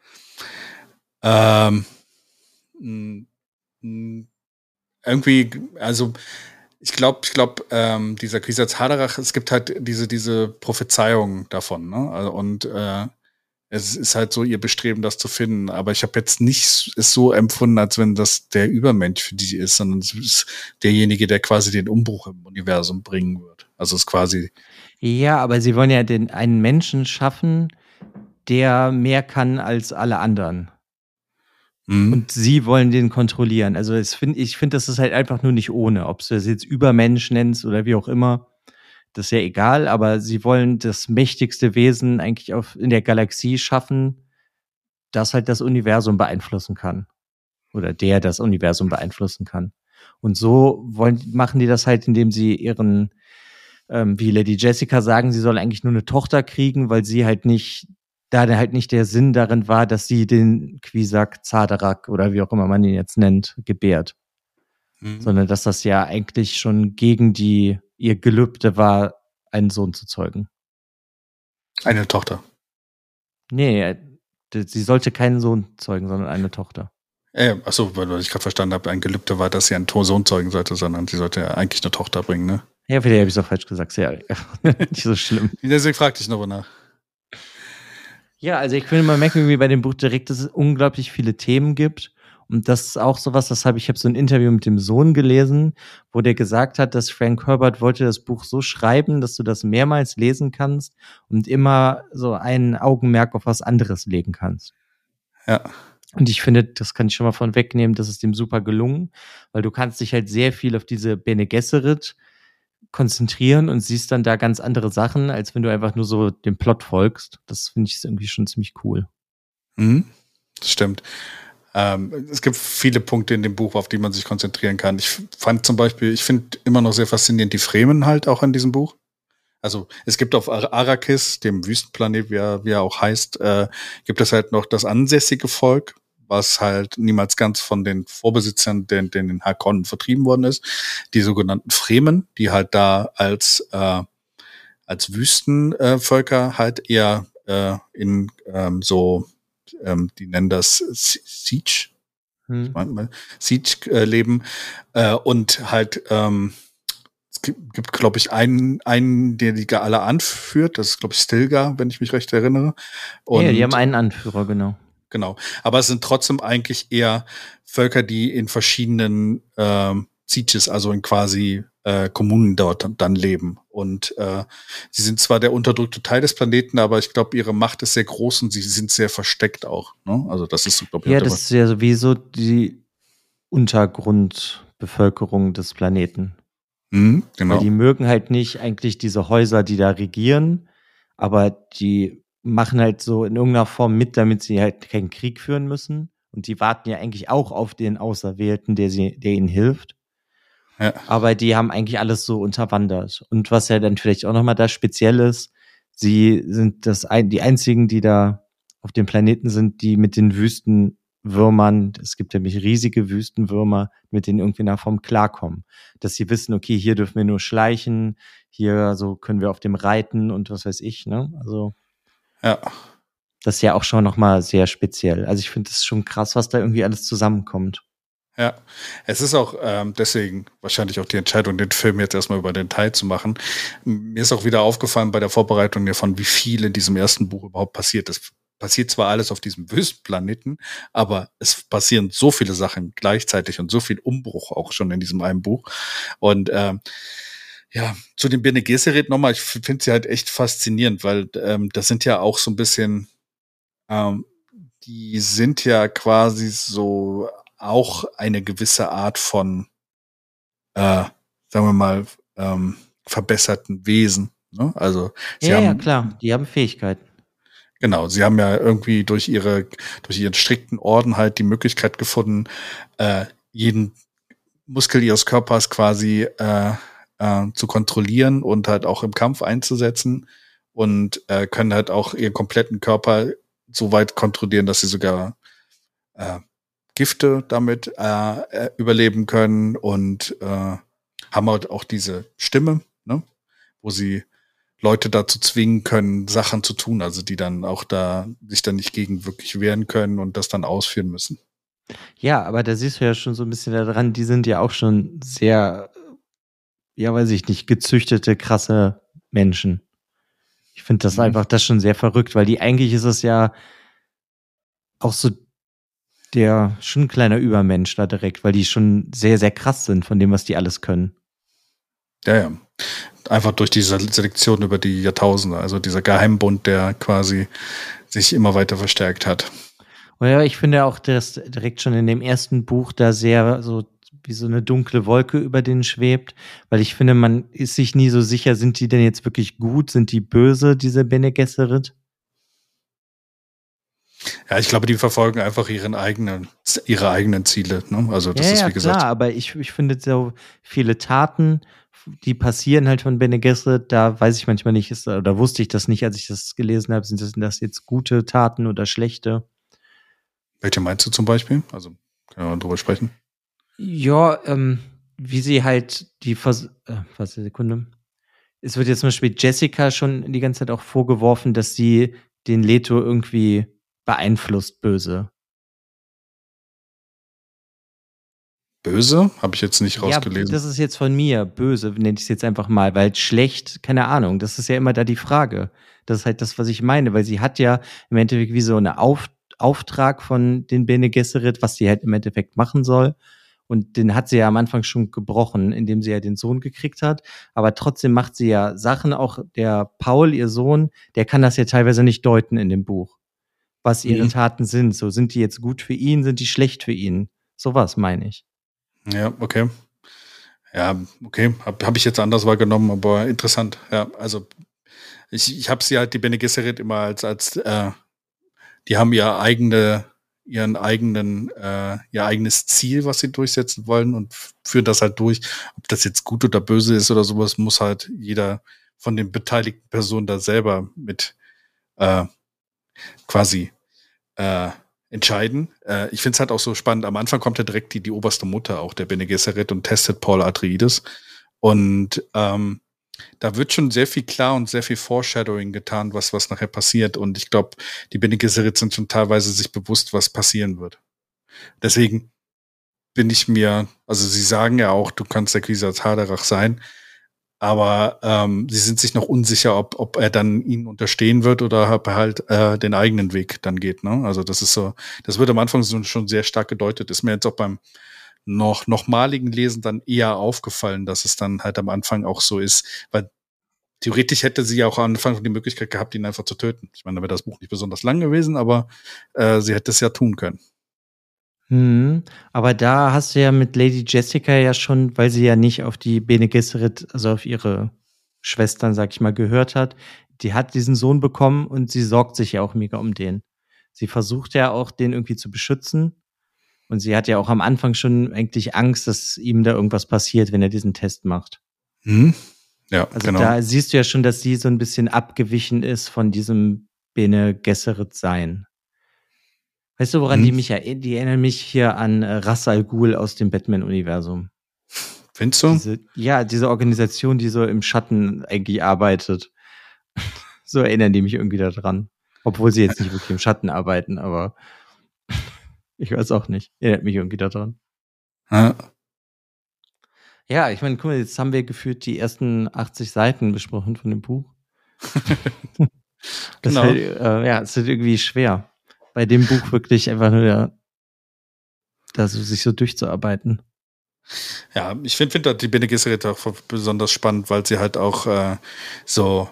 Irgendwie, also ich glaube, dieser Kwisatz Haderach, es gibt halt diese Prophezeiung davon, ne? Also, und es ist halt so ihr Bestreben, das zu finden. Aber ich habe jetzt nicht es so empfunden, als wenn das der Übermensch für die ist, sondern es ist derjenige, der quasi den Umbruch im Universum bringen wird. Also es ist quasi. Ja, aber sie wollen ja einen Menschen schaffen, der mehr kann als alle anderen. Und sie wollen den kontrollieren. Also ich finde, das ist halt einfach nur nicht ohne. Ob du das jetzt Übermensch nennst oder wie auch immer, das ist ja egal. Aber sie wollen das mächtigste Wesen eigentlich in der Galaxie schaffen, das halt das Universum beeinflussen kann. Oder der das Universum beeinflussen kann. Und so machen die das halt, indem sie ihren wie Lady Jessica sagen, sie soll eigentlich nur eine Tochter kriegen, weil sie halt nicht, da halt nicht der Sinn darin war, dass sie den Kwisatz Haderach oder wie auch immer man ihn jetzt nennt, gebärt. Sondern dass das ja eigentlich schon gegen ihr Gelübde war, einen Sohn zu zeugen. Eine Tochter. Nee, sie sollte keinen Sohn zeugen, sondern eine Tochter. Achso, weil ich gerade verstanden habe, ein Gelübde war, dass sie einen Sohn zeugen sollte, sondern sie sollte ja eigentlich eine Tochter bringen, ne? Ja, vielleicht habe ich es auch falsch gesagt. Ja, nicht so schlimm. Deswegen fragte ich noch nach. Ja, also ich finde, man merkt irgendwie bei dem Buch direkt, dass es unglaublich viele Themen gibt. Und das ist auch sowas, ich habe so ein Interview mit dem Sohn gelesen, wo der gesagt hat, dass Frank Herbert wollte das Buch so schreiben, dass du das mehrmals lesen kannst und immer so ein Augenmerk auf was anderes legen kannst. Ja. Und ich finde, das kann ich schon mal von wegnehmen, das ist dem super gelungen, weil du kannst dich halt sehr viel auf diese Bene Gesserit konzentrieren und siehst dann da ganz andere Sachen, als wenn du einfach nur so dem Plot folgst. Das finde ich irgendwie schon ziemlich cool. Das stimmt. Es gibt viele Punkte in dem Buch, auf die man sich konzentrieren kann. Ich finde immer noch sehr faszinierend die Fremen halt auch in diesem Buch. Also es gibt auf Arrakis, dem Wüstenplanet, wie er auch heißt, gibt es halt noch das ansässige Volk, was halt niemals ganz von den Vorbesitzern, den Harkonnen vertrieben worden ist. Die sogenannten Fremen, die halt da als Wüstenvölker halt eher die nennen das Siege leben und halt gibt glaube ich, einen, der die alle anführt. Das ist, glaube ich, Stilgar, wenn ich mich recht erinnere. Und ja, die haben einen Anführer, genau. Genau. Aber es sind trotzdem eigentlich eher Völker, die in verschiedenen Sieges, also in quasi Kommunen dort dann leben. Und sie sind zwar der unterdrückte Teil des Planeten, aber ich glaube, ihre Macht ist sehr groß und sie sind sehr versteckt auch. Ne? Also das ist so, glaube ich, ja, das ist ja sowieso die Untergrundbevölkerung des Planeten. Genau. Weil die mögen halt nicht eigentlich diese Häuser, die da regieren, aber die machen halt so in irgendeiner Form mit, damit sie halt keinen Krieg führen müssen. Und die warten ja eigentlich auch auf den Auserwählten, der ihnen hilft. Ja. Aber die haben eigentlich alles so unterwandert. Und was ja dann vielleicht auch nochmal da speziell ist, sie sind die einzigen, die da auf dem Planeten sind, die mit den Wüstenwürmern, es gibt nämlich riesige Wüstenwürmer, mit denen irgendwie in einer Form klarkommen. Dass sie wissen, okay, hier dürfen wir nur schleichen, hier so können wir auf dem reiten und was weiß ich, ne? Also ja. Das ist ja auch schon nochmal sehr speziell. Also ich finde es schon krass, was da irgendwie alles zusammenkommt. Ja, es ist auch deswegen wahrscheinlich auch die Entscheidung, den Film jetzt erstmal über den Teil zu machen. Mir ist auch wieder aufgefallen bei der Vorbereitung davon, wie viel in diesem ersten Buch überhaupt passiert. Es passiert zwar alles auf diesem Wüstenplaneten, aber es passieren so viele Sachen gleichzeitig und so viel Umbruch auch schon in diesem einen Buch. Und ja, zu den Bene Gesserit nochmal, ich finde sie halt echt faszinierend, weil das sind ja auch so ein bisschen, die sind ja quasi so auch eine gewisse Art von, sagen wir mal, verbesserten Wesen. Ne? Also sie haben, ja, klar, die haben Fähigkeiten. Genau, sie haben ja irgendwie durch ihren strikten Orden halt die Möglichkeit gefunden, jeden Muskel ihres Körpers quasi zu kontrollieren und halt auch im Kampf einzusetzen und können halt auch ihren kompletten Körper so weit kontrollieren, dass sie sogar Gifte damit überleben können und haben halt auch diese Stimme, ne, wo sie Leute dazu zwingen können, Sachen zu tun, also die dann auch da sich dann nicht gegen wirklich wehren können und das dann ausführen müssen. Ja, aber da siehst du ja schon so ein bisschen daran, die sind ja auch schon sehr, ja, weiß ich nicht, gezüchtete, krasse Menschen. Ich finde das einfach das schon sehr verrückt, weil eigentlich ist es ja auch so schon ein kleiner Übermensch da direkt, weil die schon sehr, sehr krass sind von dem, was die alles können. Ja. Einfach durch diese Selektion über die Jahrtausende, also dieser Geheimbund, der quasi sich immer weiter verstärkt hat. Ja, ich finde auch, dass direkt schon in dem ersten Buch da sehr so wie so eine dunkle Wolke über denen schwebt, weil ich finde, man ist sich nie so sicher, sind die denn jetzt wirklich gut, sind die böse, diese Bene Gesserit? Ja, ich glaube, die verfolgen einfach ihre eigenen Ziele. Ne? Also das ist, wie gesagt. Klar, aber ich finde so viele Taten, die passieren halt von Bene Gesserit, da weiß ich manchmal nicht, oder wusste ich das nicht, als ich das gelesen habe, sind das jetzt gute Taten oder schlechte? Welche meinst du zum Beispiel? Also, können wir drüber sprechen? Ja, wie sie halt Sekunde. Es wird jetzt zum Beispiel Jessica schon die ganze Zeit auch vorgeworfen, dass sie den Leto irgendwie beeinflusst, böse. Böse? Habe ich jetzt nicht rausgelesen. Ja, das ist jetzt von mir. Böse nenne ich es jetzt einfach mal, weil schlecht, keine Ahnung, das ist ja immer da die Frage. Das ist halt das, was ich meine, weil sie hat ja im Endeffekt wie so eine Auftrag von den Bene Gesserit, was sie halt im Endeffekt machen soll. Und den hat sie ja am Anfang schon gebrochen, indem sie ja den Sohn gekriegt hat. Aber trotzdem macht sie ja Sachen, auch der Paul, ihr Sohn, der kann das ja teilweise nicht deuten in dem Buch, was ihre Taten sind. So, sind die jetzt gut für ihn, sind die schlecht für ihn? Sowas meine ich. Ja, okay. Ja, okay. Hab ich jetzt anders wahrgenommen, aber interessant. Ja, also ich habe sie halt, die Bene Gesserit, immer als die haben ihr eigenes Ziel, was sie durchsetzen wollen und führen das halt durch. Ob das jetzt gut oder böse ist oder sowas, muss halt jeder von den beteiligten Personen da selber mit quasi entscheiden. Ich finde es halt auch so spannend. Am Anfang kommt ja direkt die oberste Mutter auch der Bene Gesserit und testet Paul Atreides. Und da wird schon sehr viel klar und sehr viel Foreshadowing getan, was nachher passiert. Und ich glaube, die Bene Gesserit sind schon teilweise sich bewusst, was passieren wird. Deswegen bin ich mir, also sie sagen ja auch, du kannst der Kwisatz Haderach sein. Aber sie sind sich noch unsicher, ob er dann ihnen unterstehen wird oder ob er halt den eigenen Weg dann geht. Ne? Also das ist so, das wird am Anfang schon sehr stark gedeutet. Ist mir jetzt auch beim nochmaligen Lesen dann eher aufgefallen, dass es dann halt am Anfang auch so ist, weil theoretisch hätte sie ja auch am Anfang die Möglichkeit gehabt, ihn einfach zu töten. Ich meine, da wäre das Buch nicht besonders lang gewesen, aber sie hätte es ja tun können. Aber da hast du ja mit Lady Jessica ja schon, weil sie ja nicht auf die Bene Gesserit, also auf ihre Schwestern, sag ich mal, gehört hat, die hat diesen Sohn bekommen und sie sorgt sich ja auch mega um den. Sie versucht ja auch, den irgendwie zu beschützen. Und sie hat ja auch am Anfang schon eigentlich Angst, dass ihm da irgendwas passiert, wenn er diesen Test macht. Ja, also genau. Da siehst du ja schon, dass sie so ein bisschen abgewichen ist von diesem Bene Gesserit sein. Weißt du, woran die mich erinnern? Die erinnern mich hier an Ra's al Ghul aus dem Batman-Universum. Findest du? Diese Organisation, die so im Schatten eigentlich arbeitet. So erinnern die mich irgendwie daran. Obwohl sie jetzt nicht wirklich im Schatten arbeiten, aber ich weiß auch nicht. Erinnert mich irgendwie daran. Ja, ich meine, guck mal, jetzt haben wir gefühlt die ersten 80 Seiten besprochen von dem Buch. Genau. Es ist irgendwie schwer, bei dem Buch wirklich einfach nur da so, sich so durchzuarbeiten. Ja, ich finde die Bene Gesserit auch besonders spannend, weil sie halt auch so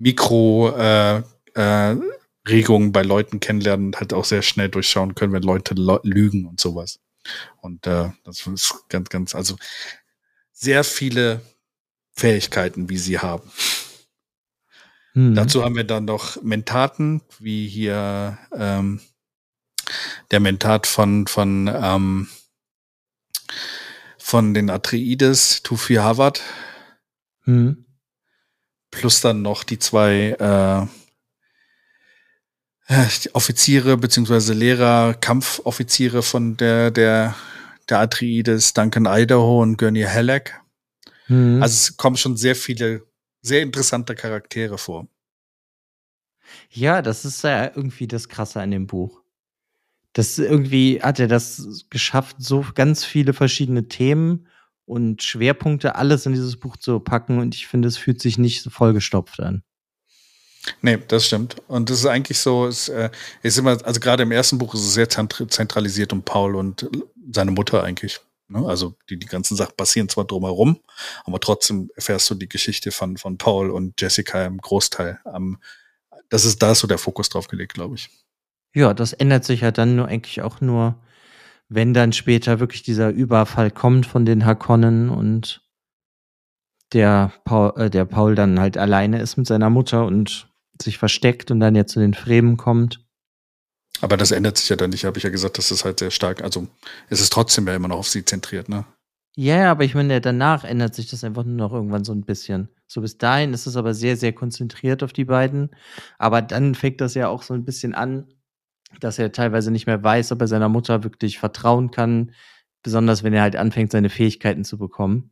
Regungen bei Leuten kennenlernen und halt auch sehr schnell durchschauen können, wenn Leute lügen und sowas. Und das ist ganz, also sehr viele Fähigkeiten, wie sie haben. Dazu haben wir dann noch Mentaten, wie hier der Mentat von den Atreides, Tufi-Hawat. Plus dann noch die 2 Offiziere beziehungsweise Lehrer, Kampfoffiziere von der Atreides, Duncan Idaho und Gurney Halleck. Also es kommen schon sehr viele, sehr interessante Charaktere vor. Ja, das ist ja irgendwie das Krasse an dem Buch. Das irgendwie hat er das geschafft, so ganz viele verschiedene Themen und Schwerpunkte alles in dieses Buch zu packen, und ich finde, es fühlt sich nicht so vollgestopft an. Nee, das stimmt. Und das ist eigentlich so, ist immer, also gerade im ersten Buch ist es sehr zentralisiert um Paul und seine Mutter eigentlich. Ne? Also die ganzen Sachen passieren zwar drumherum, aber trotzdem erfährst du die Geschichte von Paul und Jessica im Großteil. Da ist so der Fokus drauf gelegt, glaube ich. Ja, das ändert sich ja dann eigentlich auch nur, wenn dann später wirklich dieser Überfall kommt von den Harkonnen und der Paul dann halt alleine ist mit seiner Mutter und sich versteckt und dann ja zu den Fremen kommt. Aber das ändert sich ja dann nicht, habe ich ja gesagt, das ist halt sehr stark, also es ist trotzdem ja immer noch auf sie zentriert, ne? Ja, aber ich meine, danach ändert sich das einfach nur noch irgendwann so ein bisschen. So bis dahin ist es aber sehr, sehr konzentriert auf die beiden. Aber dann fängt das ja auch so ein bisschen an, dass er teilweise nicht mehr weiß, ob er seiner Mutter wirklich vertrauen kann. Besonders wenn er halt anfängt, seine Fähigkeiten zu bekommen.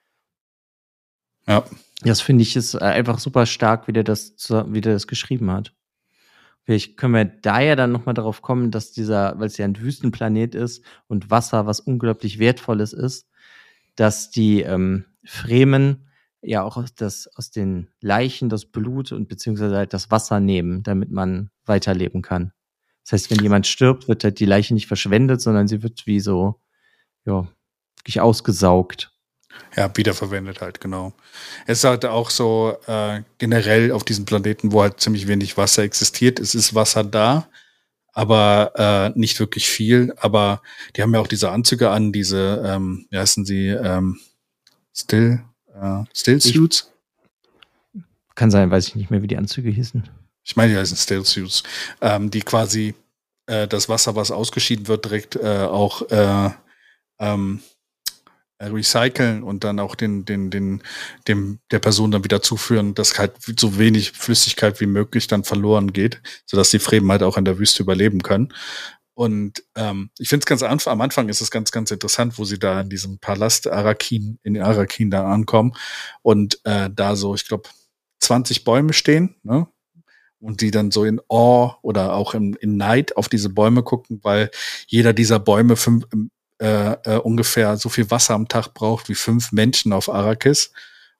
Ja. Das finde ich ist einfach super stark, wie der das geschrieben hat. Vielleicht können wir da ja dann nochmal darauf kommen, dass weil es ja ein Wüstenplanet ist und Wasser was unglaublich Wertvolles ist, dass die Fremen ja auch aus den Leichen das Blut und beziehungsweise halt das Wasser nehmen, damit man weiterleben kann. Das heißt, wenn jemand stirbt, wird halt die Leiche nicht verschwendet, sondern sie wird wie so, ja, wirklich ausgesaugt. Ja, wiederverwendet halt, genau. Es ist halt auch so generell auf diesem Planeten, wo halt ziemlich wenig Wasser existiert. Es ist Wasser da, aber nicht wirklich viel. Aber die haben ja auch diese Anzüge an, diese, wie heißen sie, Still-Suits? Kann sein, weiß ich nicht mehr, wie die Anzüge hießen. Ich meine, die heißen Still-Suits, die quasi das Wasser, was ausgeschieden wird, direkt auch recyceln und dann auch der Person dann wieder zuführen, dass halt so wenig Flüssigkeit wie möglich dann verloren geht, sodass die Fremen halt auch in der Wüste überleben können. Und ich finde es am Anfang ist es ganz, ganz interessant, wo sie da in diesem Palast in den Arakin da ankommen und da so, ich glaube, 20 Bäume stehen, ne? Und die dann so in Awe oder auch in Neid auf diese Bäume gucken, weil jeder dieser Bäume ungefähr so viel Wasser am Tag braucht wie 5 Menschen auf Arrakis.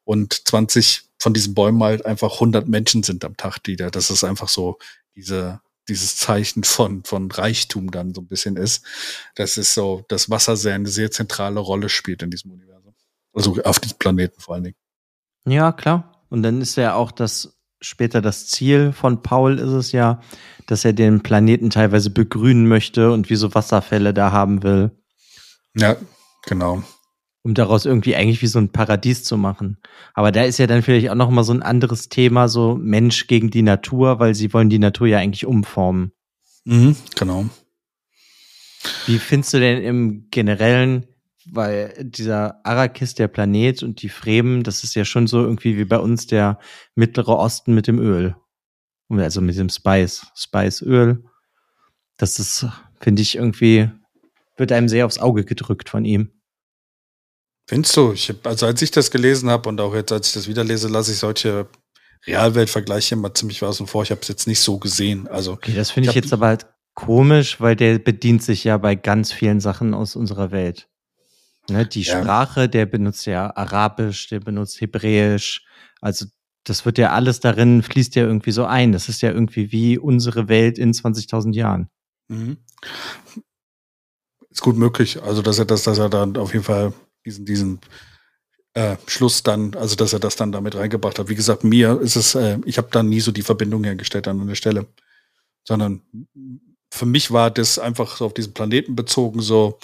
und 20 von diesen Bäumen halt einfach 100 Menschen sind am Tag, das ist einfach so dieses Zeichen von Reichtum dann so ein bisschen ist. Das ist so, dass Wasser eine sehr zentrale Rolle spielt in diesem Universum. Also auf diesem Planeten vor allen Dingen. Ja, klar. Und dann ist ja auch später das Ziel von Paul ist es ja, dass er den Planeten teilweise begrünen möchte und wie so Wasserfälle da haben will. Ja, genau. Um daraus irgendwie eigentlich wie so ein Paradies zu machen. Aber da ist ja dann vielleicht auch noch mal so ein anderes Thema, so Mensch gegen die Natur, weil sie wollen die Natur ja eigentlich umformen. Mhm, genau. Wie findest du denn im Generellen, weil dieser Arrakis, der Planet und die Fremen, das ist ja schon so irgendwie wie bei uns der Mittlere Osten mit dem Öl. Also mit dem Spiceöl. Das ist, finde ich, irgendwie, wird einem sehr aufs Auge gedrückt von ihm. Findest du? Also als ich das gelesen habe und auch jetzt, als ich das wieder lese, lasse ich solche Realweltvergleiche immer ziemlich außen vor. Ich habe es jetzt nicht so gesehen. Also, okay, das finde ich jetzt aber halt komisch, weil der bedient sich ja bei ganz vielen Sachen aus unserer Welt. Ne, die Sprache, der benutzt ja Arabisch, der benutzt Hebräisch. Also das wird ja alles darin, fließt ja irgendwie so ein. Das ist ja irgendwie wie unsere Welt in 20.000 Jahren. Mhm. Ist gut möglich. Also dass er dann auf jeden Fall diesen Schluss dann, also dass er das dann damit reingebracht hat. Wie gesagt, mir ist es, ich habe da nie so die Verbindung hergestellt an der Stelle, sondern für mich war das einfach so auf diesen Planeten bezogen so,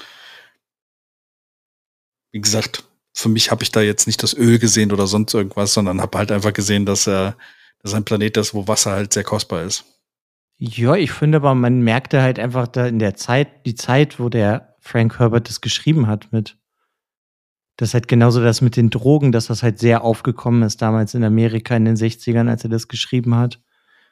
wie gesagt, für mich habe ich da jetzt nicht das Öl gesehen oder sonst irgendwas, sondern habe halt einfach gesehen, dass er ein Planet ist, wo Wasser halt sehr kostbar ist. Ja, ich finde aber, man merkte halt einfach da in der Zeit, die Zeit, wo der Frank Herbert das geschrieben hat mit. Das ist halt genauso das mit den Drogen, dass das halt sehr aufgekommen ist damals in Amerika in den 60ern, als er das geschrieben hat.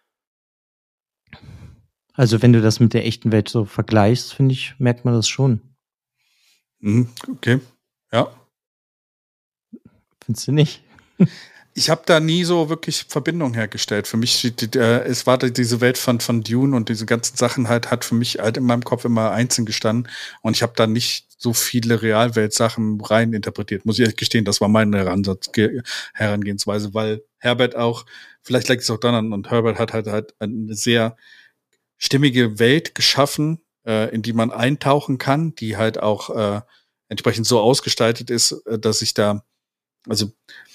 Also wenn du das mit der echten Welt so vergleichst, finde ich, merkt man das schon. Okay, ja. Findest du nicht? Ich habe da nie so wirklich Verbindung hergestellt. Für mich, es war diese Welt von Dune und diese ganzen Sachen halt, hat für mich halt in meinem Kopf immer einzeln gestanden. Und ich habe da nicht so viele Realwelt-Sachen rein interpretiert. Muss ich ehrlich gestehen, das war meine Herangehensweise, weil Herbert auch, vielleicht lag es auch daran, und Herbert hat halt eine sehr stimmige Welt geschaffen, in die man eintauchen kann, die halt auch entsprechend so ausgestaltet ist, dass ich da, also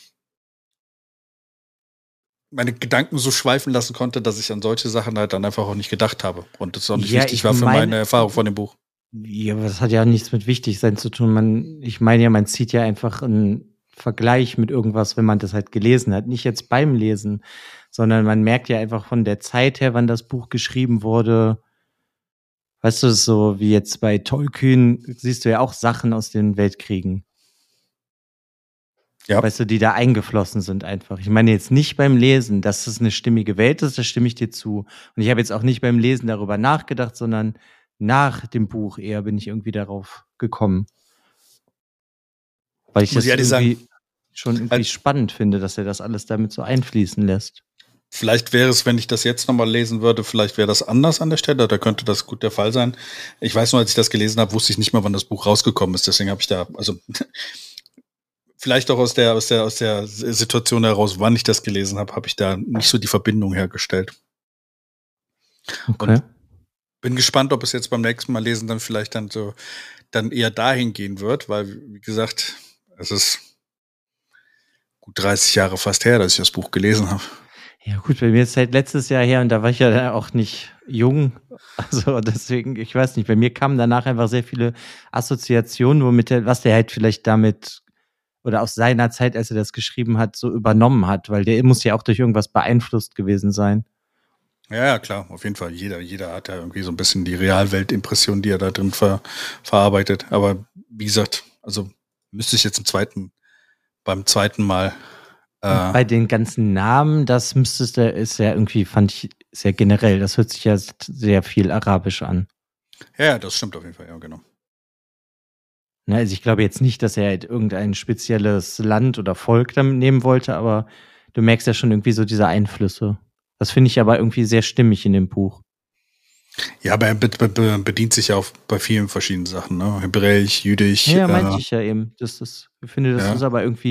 meine Gedanken so schweifen lassen konnte, dass ich an solche Sachen halt dann einfach auch nicht gedacht habe. Und das auch nicht wichtig war für meine Erfahrung von dem Buch. Ja, aber das hat ja nichts mit Wichtigsein zu tun. Ich meine ja, man zieht ja einfach einen Vergleich mit irgendwas, wenn man das halt gelesen hat. Nicht jetzt beim Lesen, sondern man merkt ja einfach von der Zeit her, wann das Buch geschrieben wurde. Weißt du, so wie jetzt bei Tolkien siehst du ja auch Sachen aus den Weltkriegen. Ja. Weißt du, die da eingeflossen sind einfach. Ich meine jetzt nicht beim Lesen, dass es eine stimmige Welt ist, da stimme ich dir zu. Und ich habe jetzt auch nicht beim Lesen darüber nachgedacht, sondern nach dem Buch eher bin ich irgendwie darauf gekommen. Weil ich das irgendwie schon irgendwie spannend finde, dass er das alles damit so einfließen lässt. Vielleicht wäre es, wenn ich das jetzt nochmal lesen würde, vielleicht wäre das anders an der Stelle, da könnte das gut der Fall sein. Ich weiß nur, als ich das gelesen habe, wusste ich nicht mehr, wann das Buch rausgekommen ist, deswegen habe ich da, also vielleicht auch aus der Situation heraus, wann ich das gelesen habe, habe ich da nicht so die Verbindung hergestellt. Okay. Und bin gespannt, ob es jetzt beim nächsten Mal lesen dann vielleicht dann eher dahin gehen wird, weil, wie gesagt, es ist gut 30 Jahre fast her, dass ich das Buch gelesen habe. Ja gut, bei mir ist es halt letztes Jahr her und da war ich ja auch nicht jung. Also deswegen, ich weiß nicht, bei mir kamen danach einfach sehr viele Assoziationen, was der halt vielleicht damit oder aus seiner Zeit, als er das geschrieben hat, so übernommen hat, weil der muss ja auch durch irgendwas beeinflusst gewesen sein. Ja, klar, auf jeden Fall. Jeder hat ja irgendwie so ein bisschen die Realweltimpression, die er da drin verarbeitet. Aber wie gesagt, also müsste ich jetzt beim zweiten Mal. Bei den ganzen Namen, das ist ja irgendwie, fand ich sehr generell. Das hört sich ja sehr viel arabisch an. Ja, das stimmt auf jeden Fall, ja, genau. Na, also ich glaube jetzt nicht, dass er halt irgendein spezielles Land oder Volk damit nehmen wollte, aber du merkst ja schon irgendwie so diese Einflüsse. Das finde ich aber irgendwie sehr stimmig in dem Buch. Ja, aber er bedient sich ja auch bei vielen verschiedenen Sachen, ne? Hebräisch, Jüdisch. Ja, meinte ich ja eben. Ich finde, das ist aber irgendwie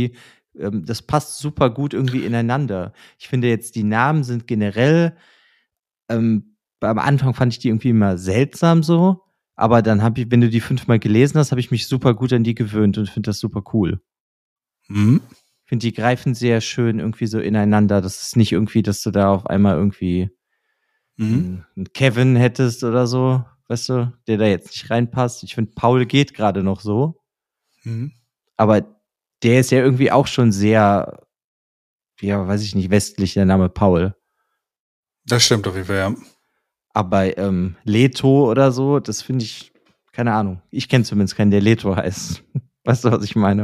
das passt super gut irgendwie ineinander. Ich finde jetzt, die Namen sind generell, am Anfang fand ich die irgendwie immer seltsam so, aber dann wenn du die 5-mal gelesen hast, habe ich mich super gut an die gewöhnt und finde das super cool. Mhm. Ich finde, die greifen sehr schön irgendwie so ineinander. Das ist nicht irgendwie, dass du da auf einmal irgendwie einen Kevin hättest oder so, weißt du, der da jetzt nicht reinpasst. Ich finde, Paul geht gerade noch so, aber der ist ja irgendwie auch schon sehr, ja, weiß ich nicht, westlich, der Name Paul. Das stimmt auf jeden Fall, ja. Aber Leto oder so, das finde ich, keine Ahnung. Ich kenne zumindest keinen, der Leto heißt. Weißt du, was ich meine?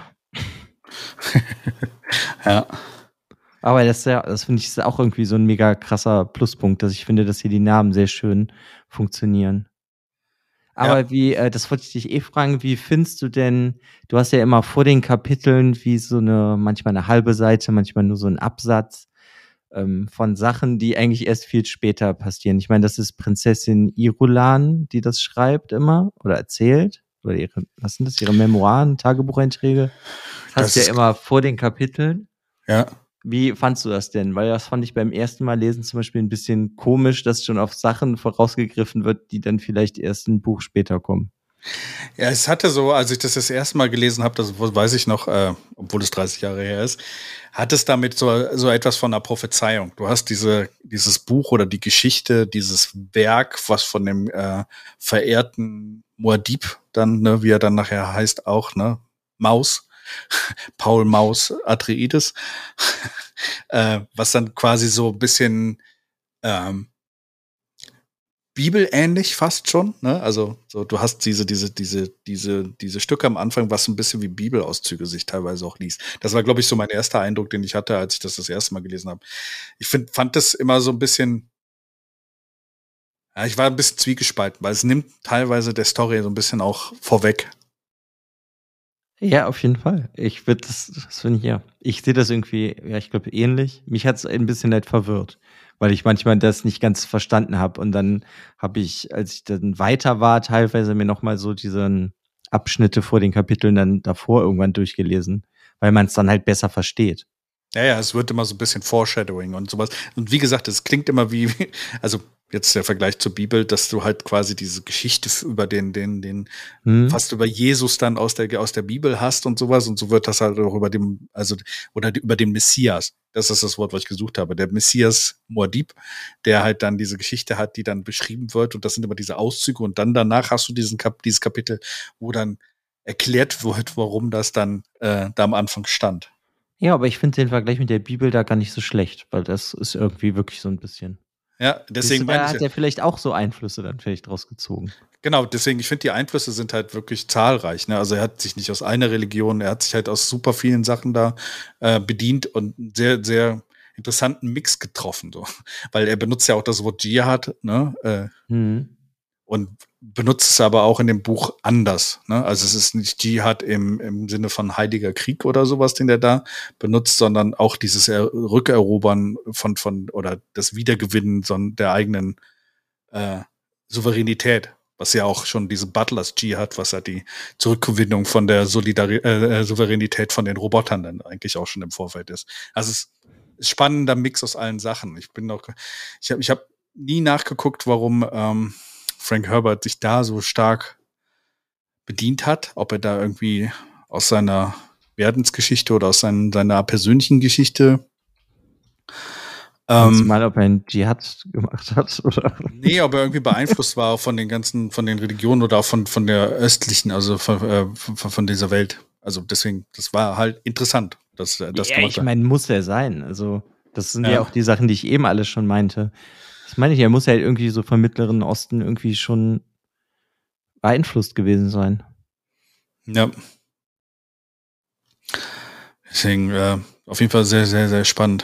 Ja. Aber das finde ich ist auch irgendwie so ein mega krasser Pluspunkt, dass ich finde, dass hier die Namen sehr schön funktionieren. Aber das wollte ich dich fragen, wie findest du denn, du hast ja immer vor den Kapiteln wie so manchmal eine halbe Seite, manchmal nur so ein Absatz von Sachen, die eigentlich erst viel später passieren. Ich meine, das ist Prinzessin Irulan, die das schreibt immer oder erzählt. Oder was sind das, ihre Memoiren, Tagebucheinträge? Das hast du ja immer vor den Kapiteln. Ja. Wie fandst du das denn? Weil das fand ich beim ersten Mal lesen zum Beispiel ein bisschen komisch, dass schon auf Sachen vorausgegriffen wird, die dann vielleicht erst ein Buch später kommen. Ja, es hatte so, als ich das erste Mal gelesen habe, das weiß ich noch, obwohl es 30 Jahre her ist, hat es damit so etwas von einer Prophezeiung. Du hast dieses Buch oder die Geschichte, dieses Werk, was von dem verehrten Muad'Dib dann, ne, wie er dann nachher heißt auch, ne, Maus, Paul Maus Atreides, was dann quasi so ein bisschen bibelähnlich fast schon, ne? Also so, du hast diese Stücke am Anfang, was ein bisschen wie Bibelauszüge sich teilweise auch liest. Das war, glaube ich, so mein erster Eindruck, den ich hatte, als ich das erste Mal gelesen habe. Ich fand das immer so ein bisschen, ja, ich war ein bisschen zwiegespalten, weil es nimmt teilweise der Story so ein bisschen auch vorweg. Ja, auf jeden Fall. Ich würde das finde ich, ja. Ich sehe das irgendwie, ja, ich glaube, ähnlich. Mich hat es ein bisschen halt verwirrt, weil ich manchmal das nicht ganz verstanden habe. Und dann habe ich, als ich dann weiter war, teilweise mir nochmal so diese Abschnitte vor den Kapiteln dann davor irgendwann durchgelesen, weil man es dann halt besser versteht. Ja, es wird immer so ein bisschen Foreshadowing und sowas. Und wie gesagt, es klingt immer wie, also jetzt der Vergleich zur Bibel, dass du halt quasi diese Geschichte über den fast über Jesus dann aus der Bibel hast und sowas. Und so wird das halt auch über über den Messias. Das ist das Wort, was ich gesucht habe. Der Messias Muad'Dib, der halt dann diese Geschichte hat, die dann beschrieben wird. Und das sind immer diese Auszüge. Und dann danach hast du dieses Kapitel, wo dann erklärt wird, warum das dann da am Anfang stand. Ja, aber ich finde den Vergleich mit der Bibel da gar nicht so schlecht, weil das ist irgendwie wirklich so ein bisschen. Ja, deswegen meine ich. Da hat er vielleicht auch so Einflüsse dann vielleicht draus gezogen. Genau, deswegen, ich finde, die Einflüsse sind halt wirklich zahlreich. Ne? Also er hat sich nicht aus einer Religion, er hat sich halt aus super vielen Sachen da bedient und einen sehr, sehr interessanten Mix getroffen. So. Weil er benutzt ja auch das Wort Dschihad, ne? Und benutzt es aber auch in dem Buch anders. Ne? Also es ist nicht Dschihad im Sinne von heiliger Krieg oder sowas, den der da benutzt, sondern auch dieses Rückerobern oder das Wiedergewinnen der eigenen Souveränität, was ja auch schon diese Butlers Dschihad, was ja die Zurückgewinnung von der Souveränität von den Robotern dann eigentlich auch schon im Vorfeld ist. Also es ist ein spannender Mix aus allen Sachen. Ich habe nie nachgeguckt, warum Frank Herbert sich da so stark bedient hat, ob er da irgendwie aus seiner Werdensgeschichte oder aus seiner persönlichen Geschichte mal, ob er einen Dschihad gemacht hat, oder? Nee, ob er irgendwie beeinflusst war von den Religionen oder auch von der östlichen, also von dieser Welt. Also deswegen, das war halt interessant, dass er das gemacht hat. Ich meine, muss er sein. Also, das sind ja auch die Sachen, die ich eben alles schon meinte. Das meine ich, er muss ja halt irgendwie so vom Mittleren Osten irgendwie schon beeinflusst gewesen sein. Ja. Deswegen, auf jeden Fall sehr, sehr, sehr spannend.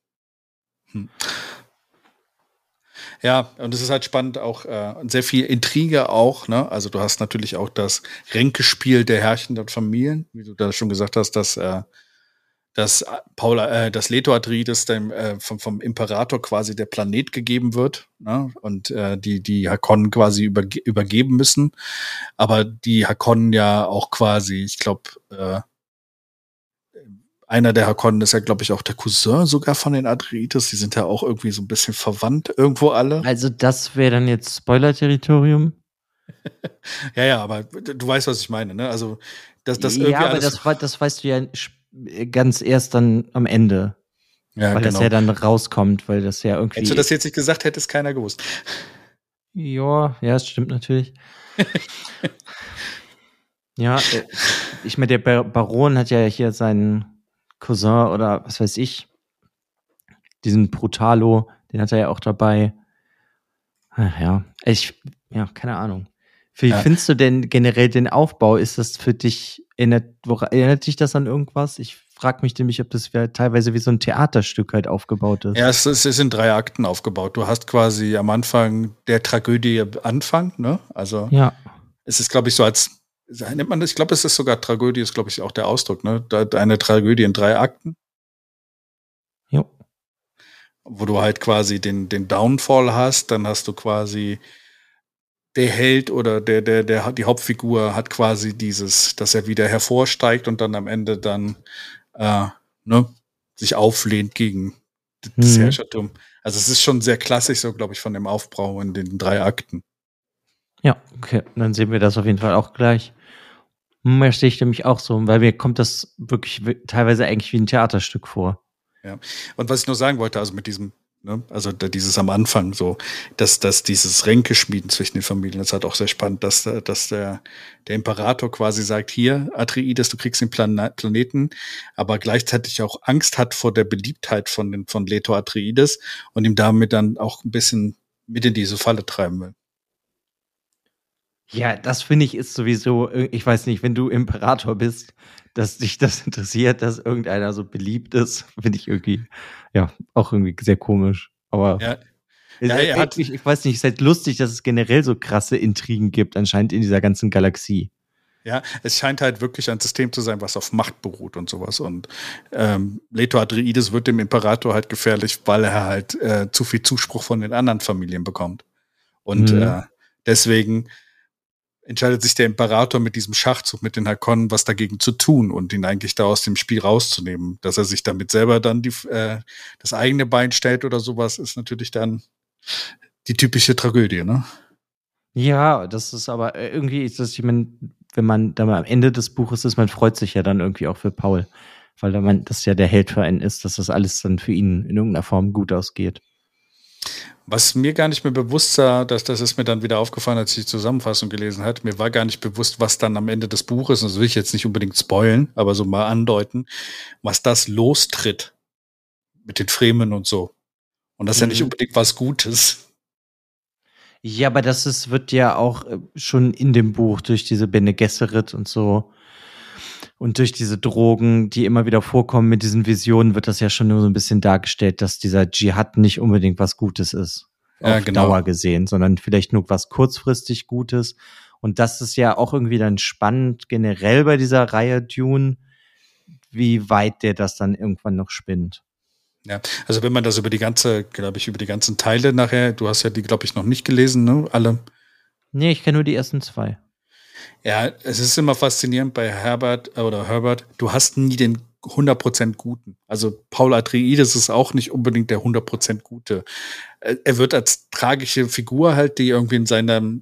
Ja, und es ist halt spannend, auch sehr viel Intrige auch, ne? Also du hast natürlich auch das Ränkespiel der herrschenden Familien, wie du da schon gesagt hast, dass das Leto Atreides vom Imperator quasi der Planet gegeben wird, ne? Und die Harkonnen quasi übergeben müssen. Aber die Harkonnen ja auch quasi, ich glaube, einer der Harkonnen ist ja, glaube ich, auch der Cousin sogar von den Atreides. Die sind ja auch irgendwie so ein bisschen verwandt irgendwo alle. Also das wäre dann jetzt Spoiler-Territorium. Ja, aber du weißt, was ich meine, ne? Also, das irgendwie Ja, aber alles. das weißt du ja ganz erst dann am Ende. Ja, weil das genau. ja dann rauskommt, weil das ja irgendwie. Hättest du das jetzt nicht gesagt, hätte es keiner gewusst. Ja, das stimmt natürlich. Ja, ich meine, der Baron hat ja hier seinen Cousin oder was weiß ich, diesen Brutalo, den hat er ja auch dabei. Ach ja, keine Ahnung. Wie findest du denn generell den Aufbau? Ist das für dich, erinnert dich das an irgendwas? Ich frage mich nämlich, ob das teilweise wie so ein Theaterstück halt aufgebaut ist. Ja, es ist in 3 Akten aufgebaut. Du hast quasi am Anfang der Tragödie Anfang, ne? Also ja. Es ist, glaube ich, so als, nennt man das, ich glaube, es ist sogar Tragödie, ist, glaube ich, auch der Ausdruck, ne? Eine Tragödie in 3 Akten. Jo. Wo du halt quasi den Downfall hast, dann hast du quasi der Held oder die Hauptfigur hat quasi dieses, dass er wieder hervorsteigt und dann am Ende dann sich auflehnt gegen das Herrschertum. Also es ist schon sehr klassisch, so glaube ich, von dem Aufbau in den 3 Akten. Ja, okay, dann sehen wir das auf jeden Fall auch gleich. Mir stehe ich nämlich auch so, weil mir kommt das wirklich teilweise eigentlich wie ein Theaterstück vor. Ja, und was ich nur sagen wollte, also mit diesem, ne, also dieses am Anfang so, dass dieses Ränkeschmieden zwischen den Familien, das ist halt auch sehr spannend, dass der Imperator quasi sagt, hier, Atreides, du kriegst den Planeten, aber gleichzeitig auch Angst hat vor der Beliebtheit von Leto Atreides und ihm damit dann auch ein bisschen mit in diese Falle treiben will. Ja, das finde ich ist sowieso, ich weiß nicht, wenn du Imperator bist, dass dich das interessiert, dass irgendeiner so beliebt ist, finde ich irgendwie, ja, auch irgendwie sehr komisch. Aber ja, ich weiß nicht, es ist halt lustig, dass es generell so krasse Intrigen gibt, anscheinend in dieser ganzen Galaxie. Ja, es scheint halt wirklich ein System zu sein, was auf Macht beruht und sowas. Und Leto Atreides wird dem Imperator halt gefährlich, weil er halt zu viel Zuspruch von den anderen Familien bekommt. Und deswegen entscheidet sich der Imperator mit diesem Schachzug mit den Harkonnen, was dagegen zu tun und ihn eigentlich da aus dem Spiel rauszunehmen. Dass er sich damit selber dann das eigene Bein stellt oder sowas, ist natürlich dann die typische Tragödie, ne? Ja, das ist aber irgendwie, ich meine, wenn man dann am Ende des Buches ist, man freut sich ja dann irgendwie auch für Paul, weil das ja der Held für einen ist, dass das alles dann für ihn in irgendeiner Form gut ausgeht. Was mir gar nicht mehr bewusst war, das ist mir dann wieder aufgefallen, als ich die Zusammenfassung gelesen habe. Mir war gar nicht bewusst, was dann am Ende des Buches, das will ich jetzt nicht unbedingt spoilen, aber so mal andeuten, was das lostritt mit den Fremen und so. Und das ist ja nicht unbedingt was Gutes. Ja, aber wird ja auch schon in dem Buch durch diese Bene Gesserit und so und durch diese Drogen, die immer wieder vorkommen mit diesen Visionen, wird das ja schon nur so ein bisschen dargestellt, dass dieser Dschihad nicht unbedingt was Gutes ist. Auf Dauer gesehen, sondern vielleicht nur was kurzfristig Gutes. Und das ist ja auch irgendwie dann spannend generell bei dieser Reihe Dune, wie weit der das dann irgendwann noch spinnt. Ja, also wenn man das über die ganzen Teile nachher, du hast ja die, glaube ich, noch nicht gelesen, ne, alle? Nee, ich kenne nur die ersten 2. Ja, es ist immer faszinierend bei Herbert, du hast nie den 100% Guten. Also Paul Atreides ist auch nicht unbedingt der 100% Gute. Er wird als tragische Figur halt, die irgendwie in seinem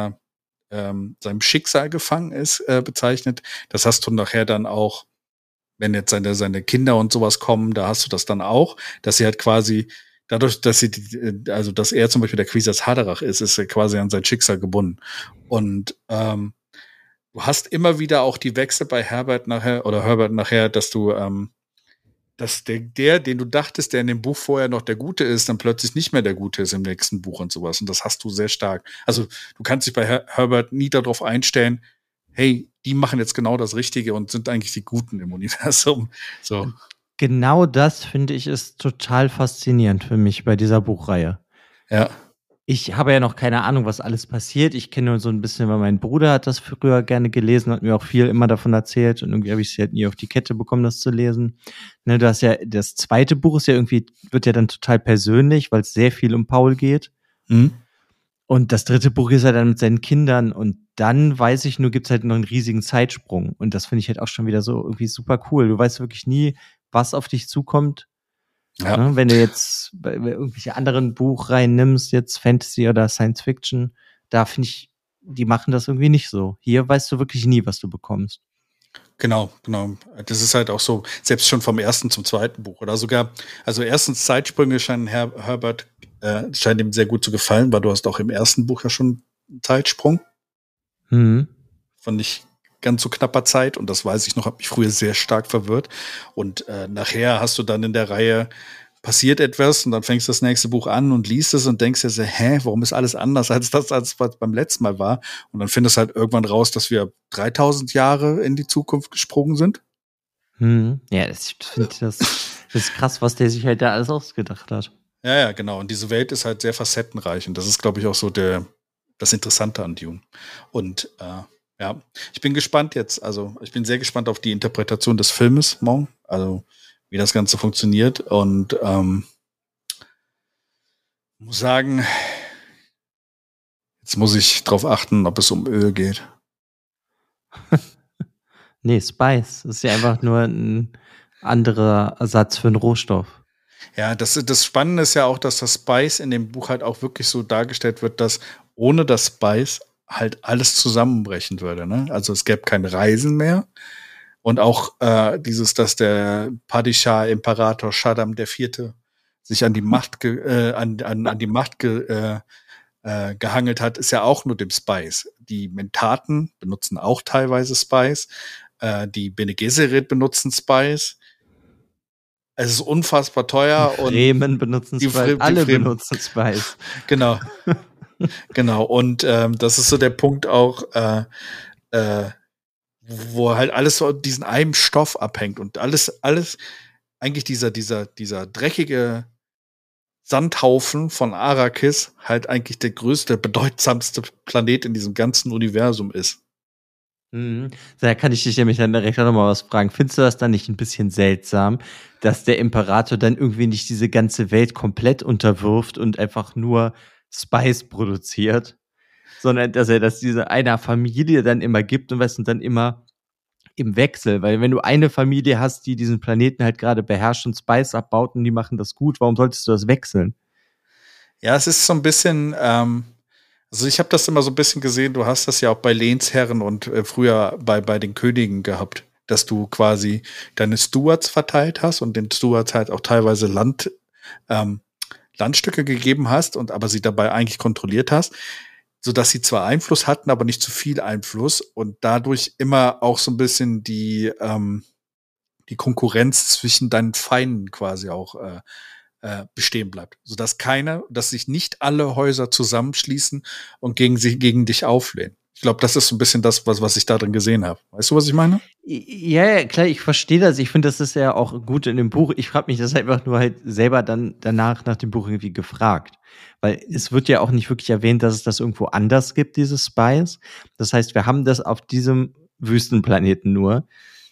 Schicksal gefangen ist, bezeichnet. Das hast du nachher dann auch, wenn jetzt seine Kinder und sowas kommen, da hast du das dann auch, dass sie halt quasi dadurch, dass dass er zum Beispiel der Kwisatz Haderach ist er quasi an sein Schicksal gebunden. Und du hast immer wieder auch die Wechsel bei Herbert nachher, dass du, dass der, den du dachtest, der in dem Buch vorher noch der Gute ist, dann plötzlich nicht mehr der Gute ist im nächsten Buch und sowas. Und das hast du sehr stark. Also du kannst dich bei Herbert nie darauf einstellen, hey, die machen jetzt genau das Richtige und sind eigentlich die Guten im Universum. So. Genau das, finde ich, ist total faszinierend für mich bei dieser Buchreihe. Ja. Ich habe ja noch keine Ahnung, was alles passiert. Ich kenne nur so ein bisschen, weil mein Bruder hat das früher gerne gelesen, hat mir auch viel immer davon erzählt und irgendwie habe ich es halt nie auf die Kette bekommen, das zu lesen. Ne, du hast ja, das zweite Buch ist ja irgendwie, wird ja dann total persönlich, weil es sehr viel um Paul geht. Und das dritte Buch ist ja dann mit seinen Kindern und dann weiß ich nur, gibt's halt noch einen riesigen Zeitsprung und das finde ich halt auch schon wieder so irgendwie super cool. Du weißt wirklich nie, was auf dich zukommt. Ja. Ne? Wenn du jetzt irgendwelche anderen Buchreihen nimmst, jetzt Fantasy oder Science Fiction, da finde ich, die machen das irgendwie nicht so. Hier weißt du wirklich nie, was du bekommst. Genau. Das ist halt auch so, selbst schon vom ersten zum zweiten Buch oder sogar, also erstens Zeitsprünge scheinen Herbert scheint ihm sehr gut zu gefallen, weil du hast auch im ersten Buch ja schon einen Zeitsprung. Von nicht ganz so knapper Zeit und das weiß ich noch, hat mich früher sehr stark verwirrt und nachher hast du dann in der Reihe passiert etwas und dann fängst du das nächste Buch an und liest es und denkst dir so, warum ist alles anders als was beim letzten Mal war? Und dann findest du halt irgendwann raus, dass wir 3000 Jahre in die Zukunft gesprungen sind. Ja, ich finde das ist krass, was der sich halt da alles ausgedacht hat. Ja, genau. Und diese Welt ist halt sehr facettenreich und das ist, glaube ich, auch so das Interessante an Dune. Und ja, ich bin gespannt jetzt. Also ich bin sehr gespannt auf die Interpretation des Filmes morgen. Also wie das Ganze funktioniert. Und muss sagen, jetzt muss ich drauf achten, ob es um Öl geht. Nee, Spice. Das ist ja einfach nur ein anderer Ersatz für einen Rohstoff. Ja, das Spannende ist ja auch, dass das Spice in dem Buch halt auch wirklich so dargestellt wird, dass ohne das Spice halt alles zusammenbrechen würde. Ne? Also es gäbe kein Reisen mehr. Und auch dass der Padishah Imperator Shaddam IV. Sich an die Macht gehangelt hat, ist ja auch nur dem Spice. Die Mentaten benutzen auch teilweise Spice. Die Bene Gesserit benutzen Spice. Es ist unfassbar teuer. Die Fremen benutzen Spice. Alle benutzen Spice. Genau. Genau. Und das ist so der Punkt auch, wo halt alles so diesen einem Stoff abhängt und alles eigentlich dieser dreckige Sandhaufen von Arrakis halt eigentlich der größte, bedeutsamste Planet in diesem ganzen Universum ist. Da kann ich dich nämlich dann direkt noch mal was fragen. Findest du das dann nicht ein bisschen seltsam, dass der Imperator dann irgendwie nicht diese ganze Welt komplett unterwirft und einfach nur Spice produziert, sondern dass er das dieser einer Familie dann immer gibt und weißt du, dann immer im Wechsel, weil wenn du eine Familie hast, die diesen Planeten halt gerade beherrscht und Spice abbaut und die machen das gut, warum solltest du das wechseln? Ja, es ist so ein bisschen, also ich habe das immer so ein bisschen gesehen, du hast das ja auch bei Lehnsherren und früher bei den Königen gehabt, dass du quasi deine Stewards verteilt hast und den Stewards halt auch teilweise Landstücke gegeben hast und aber sie dabei eigentlich kontrolliert hast, sodass sie zwar Einfluss hatten, aber nicht zu viel Einfluss und dadurch immer auch so ein bisschen die Konkurrenz zwischen deinen Feinden quasi auch bestehen bleibt. Sodass dass sich nicht alle Häuser zusammenschließen und gegen dich auflehnen. Ich glaube, das ist so ein bisschen das, was ich da drin gesehen habe. Weißt du, was ich meine? Ja, klar, ich verstehe das. Ich finde, das ist ja auch gut in dem Buch. Ich frage mich das einfach nur halt selber dann danach nach dem Buch irgendwie gefragt. Weil es wird ja auch nicht wirklich erwähnt, dass es das irgendwo anders gibt, dieses Spice. Das heißt, wir haben das auf diesem Wüstenplaneten nur.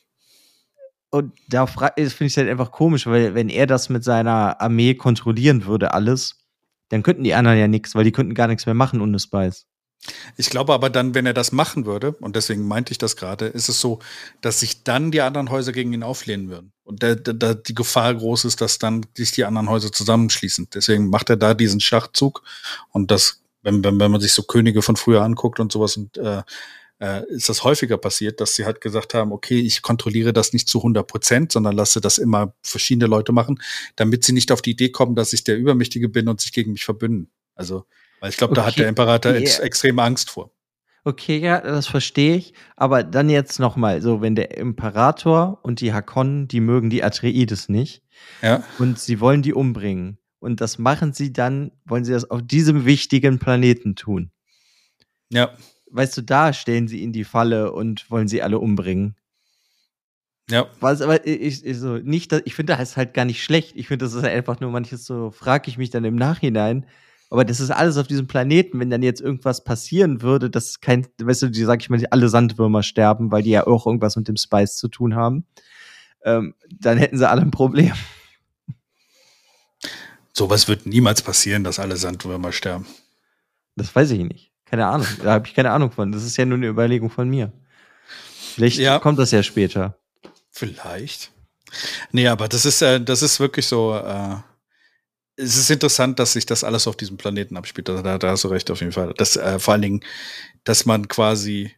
Und da finde ich es halt einfach komisch, weil wenn er das mit seiner Armee kontrollieren würde, alles, dann könnten die anderen ja nichts, weil die könnten gar nichts mehr machen ohne Spice. Ich glaube aber dann, wenn er das machen würde, und deswegen meinte ich das gerade, ist es so, dass sich dann die anderen Häuser gegen ihn auflehnen würden. Und die Gefahr groß ist, dass dann sich die anderen Häuser zusammenschließen. Deswegen macht er da diesen Schachzug. Und das, wenn man sich so Könige von früher anguckt und sowas, und ist das häufiger passiert, dass sie halt gesagt haben, okay, ich kontrolliere das nicht zu 100%, sondern lasse das immer verschiedene Leute machen, damit sie nicht auf die Idee kommen, dass ich der Übermächtige bin und sich gegen mich verbünden. Also, weil ich glaube, da hat der Imperator extrem Angst vor. Okay, ja, das verstehe ich. Aber dann jetzt noch mal, so wenn der Imperator und die Hakonnen, die mögen die Atreides nicht. Ja. Und sie wollen die umbringen. Und das wollen sie das auf diesem wichtigen Planeten tun. Ja. Weißt du, da stellen sie in die Falle und wollen sie alle umbringen. Ja. Aber ich finde das halt gar nicht schlecht. Ich finde, das ist einfach nur manches so, frage ich mich dann im Nachhinein. Aber das ist alles auf diesem Planeten. Wenn dann jetzt irgendwas passieren würde, dass sag ich mal, alle Sandwürmer sterben, weil die ja auch irgendwas mit dem Spice zu tun haben, dann hätten sie alle ein Problem. Sowas wird niemals passieren, dass alle Sandwürmer sterben. Das weiß ich nicht. Keine Ahnung. Da habe ich keine Ahnung von. Das ist ja nur eine Überlegung von mir. Vielleicht kommt das ja später. Vielleicht. Nee, aber das ist wirklich so, es ist interessant, dass sich das alles auf diesem Planeten abspielt. Da hast du recht auf jeden Fall. Vor allen Dingen, dass man quasi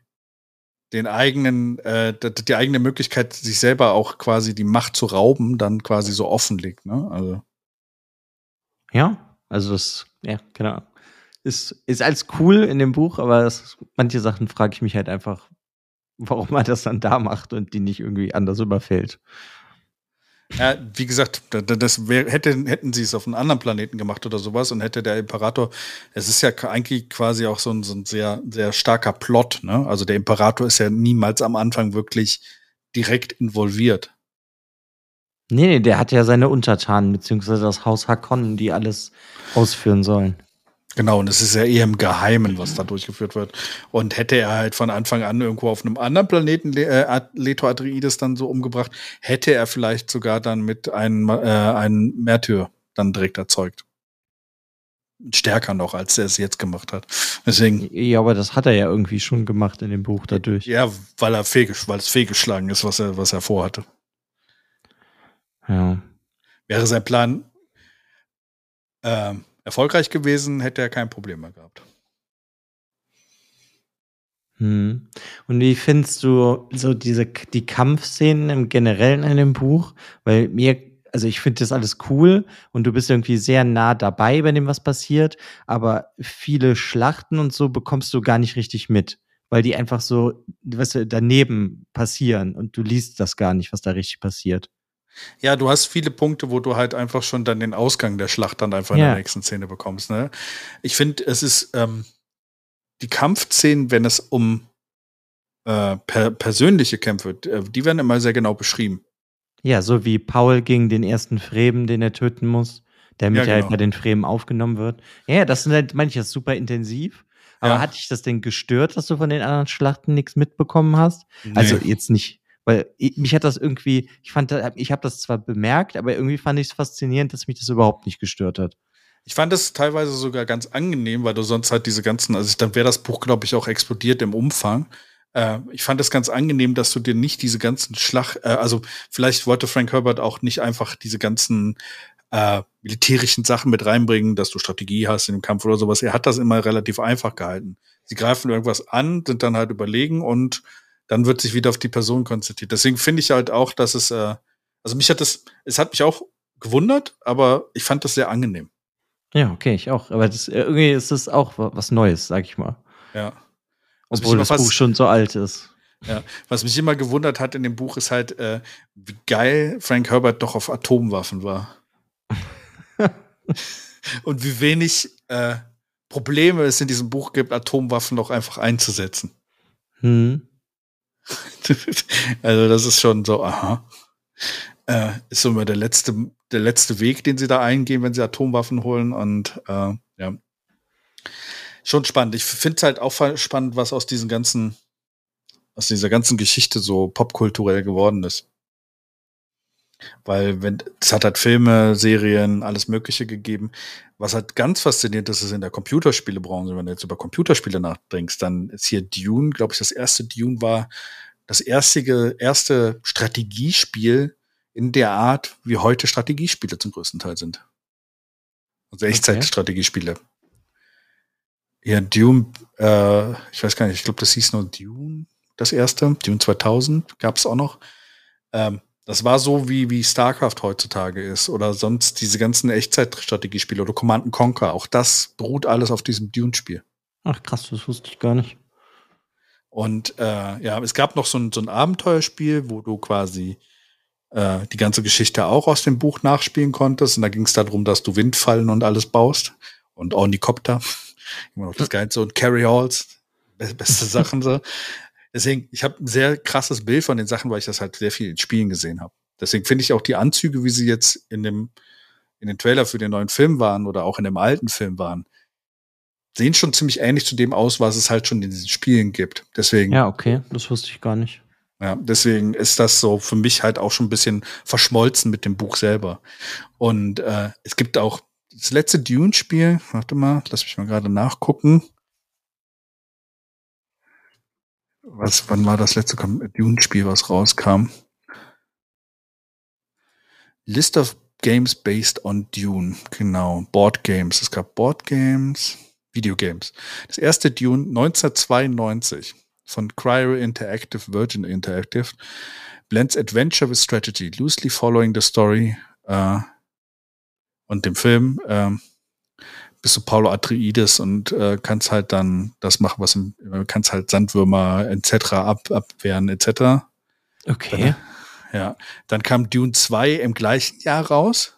die eigene Möglichkeit, sich selber auch quasi die Macht zu rauben, dann quasi so offenlegt, ne? Also. Ja, also ja, genau. Ist alles cool in dem Buch, aber manche Sachen frage ich mich halt einfach, warum man das dann da macht und die nicht irgendwie anders überfällt. Ja, wie gesagt, hätten sie es auf einem anderen Planeten gemacht oder sowas und hätte der Imperator, es ist ja eigentlich quasi auch so ein sehr, sehr starker Plot, ne? Also der Imperator ist ja niemals am Anfang wirklich direkt involviert. Nee, der hat ja seine Untertanen, beziehungsweise das Haus Harkonnen, die alles ausführen sollen. Genau, und es ist ja eher im Geheimen, was da durchgeführt wird. Und hätte er halt von Anfang an irgendwo auf einem anderen Planeten Leto Atreides dann so umgebracht, hätte er vielleicht sogar dann mit einem Märtyr dann direkt erzeugt. Stärker noch, als er es jetzt gemacht hat. Deswegen. Ja, aber das hat er ja irgendwie schon gemacht in dem Buch dadurch. Ja, weil es fehlgeschlagen ist, was er vorhatte. Ja. Wäre sein Plan erfolgreich gewesen, hätte er kein Problem mehr gehabt. Und wie findest du so die Kampfszenen im Generellen in dem Buch? Weil also ich finde das alles cool und du bist irgendwie sehr nah dabei, bei dem was passiert, aber viele Schlachten und so bekommst du gar nicht richtig mit, weil die einfach so, weißt du, daneben passieren und du liest das gar nicht, was da richtig passiert. Ja, du hast viele Punkte, wo du halt einfach schon dann den Ausgang der Schlacht dann einfach in der nächsten Szene bekommst. Ne? Ich finde, es ist die Kampfszenen, wenn es um persönliche Kämpfe, die werden immer sehr genau beschrieben. Ja, so wie Paul gegen den ersten Fremen, den er töten muss, damit er halt genau. bei den Fremen aufgenommen wird. Ja, das sind halt manches super intensiv. Aber hat dich das denn gestört, dass du von den anderen Schlachten nichts mitbekommen hast? Nee. Also jetzt nicht, weil mich hat das irgendwie, ich habe das zwar bemerkt, aber irgendwie fand ich es faszinierend, dass mich das überhaupt nicht gestört hat. Ich fand das teilweise sogar ganz angenehm, weil du sonst halt diese ganzen, also dann wäre das Buch, glaube ich, auch explodiert im Umfang. Ich fand es ganz angenehm, dass du dir nicht diese ganzen also vielleicht wollte Frank Herbert auch nicht einfach diese ganzen militärischen Sachen mit reinbringen, dass du Strategie hast in dem Kampf oder sowas. Er hat das immer relativ einfach gehalten. Sie greifen irgendwas an, sind dann halt überlegen und dann wird sich wieder auf die Person konzentriert. Deswegen finde ich halt auch, dass es es hat mich auch gewundert, aber ich fand das sehr angenehm. Ja, okay, ich auch. Aber irgendwie ist es auch was Neues, sag ich mal. Ja. Obwohl das Buch schon so alt ist. Ja, was mich immer gewundert hat in dem Buch ist halt, wie geil Frank Herbert doch auf Atomwaffen war. Und wie wenig Probleme es in diesem Buch gibt, Atomwaffen doch einfach einzusetzen. Also das ist schon so, aha. Ist so immer der letzte Weg, den sie da eingehen, wenn sie Atomwaffen holen. Und ja. Schon spannend. Ich finde es halt auch spannend, was aus dieser ganzen Geschichte so popkulturell geworden ist. Weil es hat halt Filme, Serien, alles Mögliche gegeben. Was halt ganz faszinierend ist in der Computerspielebranche, wenn du jetzt über Computerspiele nachdenkst, dann ist hier Dune, glaube ich, das erste Dune war das erste Strategiespiel in der Art, wie heute Strategiespiele zum größten Teil sind. Also Echtzeitstrategiespiele. Ja, Dune, ich weiß gar nicht, ich glaube, das hieß nur Dune, das erste. Dune 2000 gab es auch noch. Das war so, wie StarCraft heutzutage ist oder sonst diese ganzen Echtzeitstrategiespiele oder Command & Conquer. Auch das beruht alles auf diesem Dune-Spiel. Ach krass, das wusste ich gar nicht. Und es gab noch so ein Abenteuerspiel, wo du quasi die ganze Geschichte auch aus dem Buch nachspielen konntest. Und da ging es darum, dass du Windfallen und alles baust. Und Ornikopter. Immer noch das Geilste. Und Carryalls. Beste Sachen so. Deswegen, ich habe ein sehr krasses Bild von den Sachen, weil ich das halt sehr viel in Spielen gesehen habe. Deswegen finde ich auch die Anzüge, wie sie jetzt in den Trailer für den neuen Film waren oder auch in dem alten Film waren, sehen schon ziemlich ähnlich zu dem aus, was es halt schon in diesen Spielen gibt. Deswegen. Ja, okay, das wusste ich gar nicht. Ja, deswegen ist das so für mich halt auch schon ein bisschen verschmolzen mit dem Buch selber. Und es gibt auch das letzte Dune-Spiel, warte mal, lass mich mal gerade nachgucken. Wann war das letzte Dune-Spiel, was rauskam? List of Games based on Dune. Genau. Board Games. Es gab Board Games, Videogames. Das erste Dune 1992 von Cryo Interactive, Virgin Interactive. Blends Adventure with Strategy, loosely following the story und dem Film. Bist du Paulo Atreides und kannst halt dann das machen, was kannst halt Sandwürmer etc. abwehren etc. Okay. Ja. Dann kam Dune 2 im gleichen Jahr raus.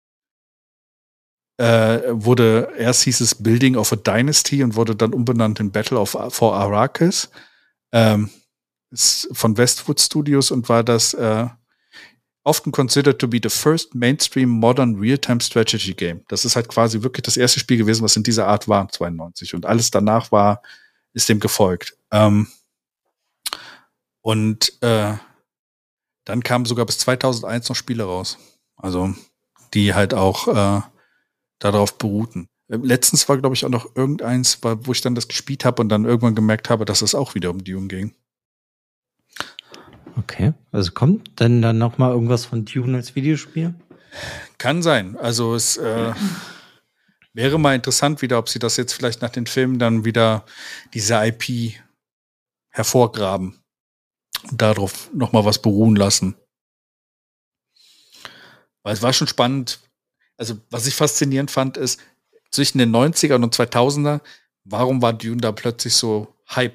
Erst hieß es Building of a Dynasty und wurde dann umbenannt in Battle for Arrakis. Ist von Westwood Studios und war das often considered to be the first mainstream modern real-time strategy game. Das ist halt quasi wirklich das erste Spiel gewesen, was in dieser Art war, 92. Und alles danach ist dem gefolgt. Dann kamen sogar bis 2001 noch Spiele raus. Also, die halt auch darauf beruhten. Letztens war, glaube ich, auch noch irgendeins, wo ich dann das gespielt habe und dann irgendwann gemerkt habe, dass es auch wieder um Dune ging. Okay, also kommt denn dann noch mal irgendwas von Dune als Videospiel? Kann sein. Also es wäre mal interessant wieder, ob sie das jetzt vielleicht nach den Filmen dann wieder diese IP hervorgraben und darauf noch mal was beruhen lassen. Weil es war schon spannend. Also was ich faszinierend fand, ist zwischen den 90ern und 2000er, warum war Dune da plötzlich so Hype?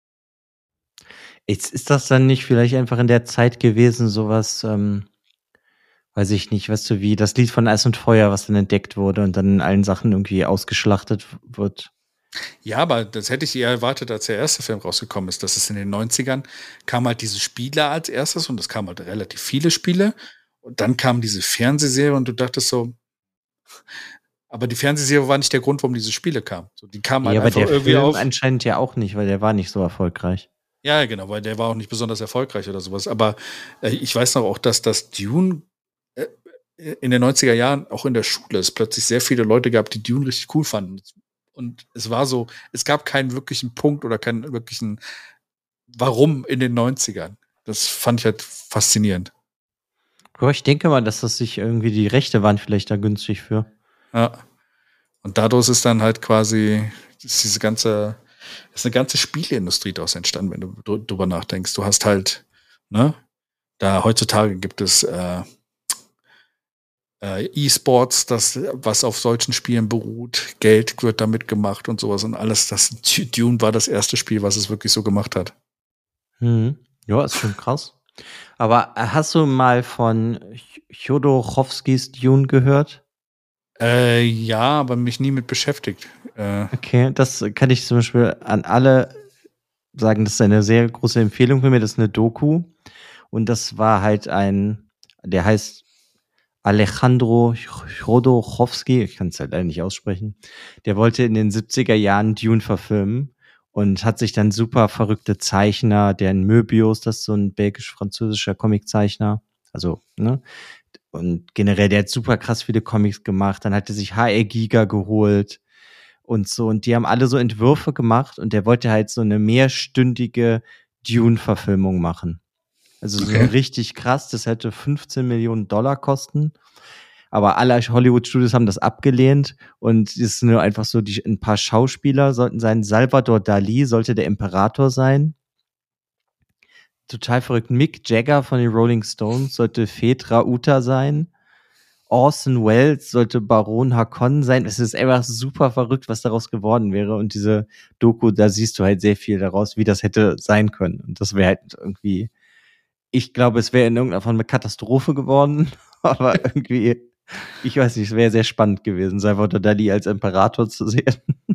Ist das dann nicht vielleicht einfach in der Zeit gewesen, sowas, weiß ich nicht, weißt du, wie das Lied von Eis und Feuer, was dann entdeckt wurde und dann in allen Sachen irgendwie ausgeschlachtet wird? Ja, aber das hätte ich eher erwartet, als der erste Film rausgekommen ist. Das ist in den 90ern, kam halt diese Spiele als erstes und es kamen halt relativ viele Spiele. Und dann kam diese Fernsehserie und du dachtest so, aber die Fernsehserie war nicht der Grund, warum diese Spiele kamen. So, die kamen halt Ja, aber einfach der irgendwie Film auf. anscheinend ja auch nicht, weil der war nicht so erfolgreich. Ja, genau, weil der war auch nicht besonders erfolgreich oder sowas. Aber ich weiß noch auch, dass das Dune in den 90er Jahren auch in der Schule es plötzlich sehr viele Leute gab, die Dune richtig cool fanden. Und es war so, es gab keinen wirklichen Punkt oder keinen wirklichen Warum in den 90ern. Das fand ich halt faszinierend. Ja, ich denke mal, dass das sich irgendwie die Rechte waren vielleicht da günstig für. Ja. Und dadurch ist dann halt quasi ist eine ganze Spieleindustrie daraus entstanden, wenn du drüber nachdenkst. Du hast halt, ne, da heutzutage gibt es E-Sports, was auf solchen Spielen beruht. Geld wird damit gemacht und sowas und alles. Dune war das erste Spiel, was es wirklich so gemacht hat. Ja, ist schon krass. Aber hast du mal von Chodorkowskis Dune gehört? Ja, aber mich nie mit beschäftigt. Okay, das kann ich zum Beispiel an alle sagen, das ist eine sehr große Empfehlung für mir. Das ist eine Doku. Und das war halt der heißt Alejandro Jodorowsky, ich kann es halt leider nicht aussprechen. Der wollte in den 70er Jahren Dune verfilmen und hat sich dann super verrückte Zeichner, deren Möbius, das ist so ein belgisch-französischer Comiczeichner, also, ne? Und generell, der hat super krass viele Comics gemacht. Dann hat er sich HR Giga geholt und so. Und die haben alle so Entwürfe gemacht und der wollte halt so eine mehrstündige Dune-Verfilmung machen. Also so richtig krass. Das hätte $15 Millionen kosten. Aber alle Hollywood-Studios haben das abgelehnt. Und es ist nur einfach so, ein paar Schauspieler sollten sein. Salvador Dali sollte der Imperator sein. Total verrückt. Mick Jagger von den Rolling Stones sollte Phaedra Uta sein. Orson Welles sollte Baron Harkonnen sein. Es ist einfach super verrückt, was daraus geworden wäre. Und diese Doku, da siehst du halt sehr viel daraus, wie das hätte sein können. Und das wäre halt irgendwie, ich glaube, es wäre in irgendeiner Form eine Katastrophe geworden. Aber irgendwie, ich weiß nicht, es wäre sehr spannend gewesen, Salvador Dali als Imperator zu sehen.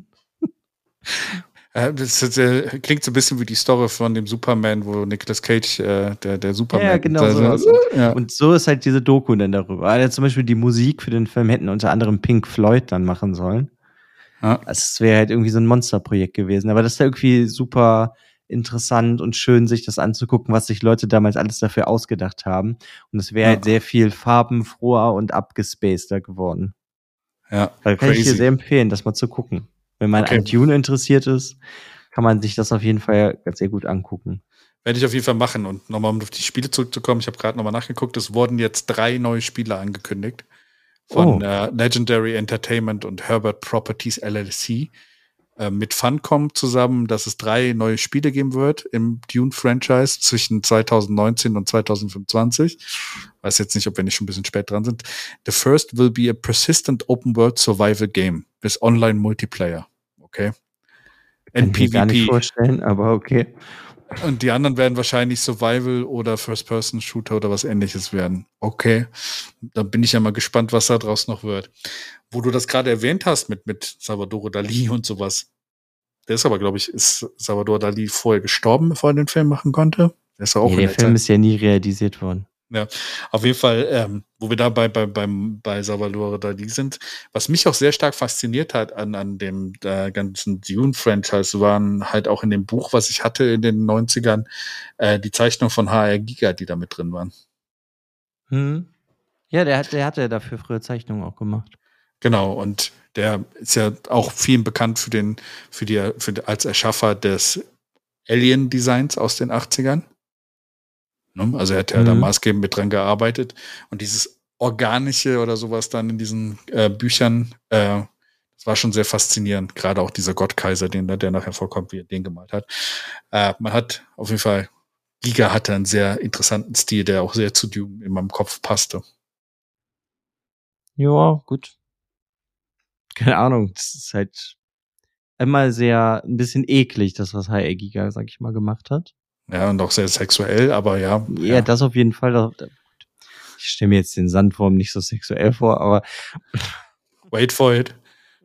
Das klingt so ein bisschen wie die Story von dem Superman, wo Nicolas Cage, der Superman. Ja, genau so. Ja. Und so ist halt diese Doku dann darüber. Also zum Beispiel die Musik für den Film hätten unter anderem Pink Floyd dann machen sollen. Ja. Also es wäre halt irgendwie so ein Monsterprojekt gewesen. Aber das ist ja irgendwie super interessant und schön, sich das anzugucken, was sich Leute damals alles dafür ausgedacht haben. Und es wäre halt sehr viel farbenfroher und abgespaceder geworden. Ja, da kann ich dir sehr empfehlen, das mal zu gucken. Wenn man an Dune interessiert ist, kann man sich das auf jeden Fall ganz sehr gut angucken. Werde ich auf jeden Fall machen. Und nochmal, um auf die Spiele zurückzukommen, ich habe gerade nochmal nachgeguckt, es wurden jetzt 3 neue Spiele angekündigt von Legendary Entertainment und Herbert Properties LLC mit Funcom zusammen, dass es 3 neue Spiele geben wird im Dune-Franchise zwischen 2019 und 2025. Weiß jetzt nicht, ob wir nicht schon ein bisschen spät dran sind. The first will be a persistent open-world survival game with online multiplayer. Okay. Kann ich mir gar nicht vorstellen, aber okay. Und die anderen werden wahrscheinlich Survival oder First-Person-Shooter oder was Ähnliches werden. Okay, da bin ich ja mal gespannt, was da draus noch wird. Wo du das gerade erwähnt hast mit Salvador Dali und sowas. Der ist aber, glaube ich, ist Salvador Dali vorher gestorben, bevor er den Film machen konnte? Der ist ja auch der Film ist ja nie realisiert worden. Ja, auf jeden Fall, wo wir da bei Salvador Dali sind, was mich auch sehr stark fasziniert hat an dem ganzen Dune-Franchise, waren halt auch in dem Buch, was ich hatte in den 90ern, die Zeichnung von H.R. Giger, die da mit drin waren. Ja, der hat ja dafür früher Zeichnungen auch gemacht. Genau, und der ist ja auch vielen bekannt als Erschaffer des Alien-Designs aus den 80ern. Also er hat ja da maßgebend mit dran gearbeitet. Und dieses Organische oder sowas dann in diesen Büchern, das war schon sehr faszinierend. Gerade auch dieser Gottkaiser, der nachher vorkommt, wie er den gemalt hat. Man hat auf jeden Fall, Giger hatte einen sehr interessanten Stil, der auch sehr zu Dune in meinem Kopf passte. Ja, gut. Keine Ahnung, das ist halt einmal ein bisschen eklig, das, was H.R. Giger, sag ich mal, gemacht hat. Ja, und auch sehr sexuell, aber ja. Ja, das auf jeden Fall. Ich stelle mir jetzt den Sandwurm nicht so sexuell vor, aber wait for it.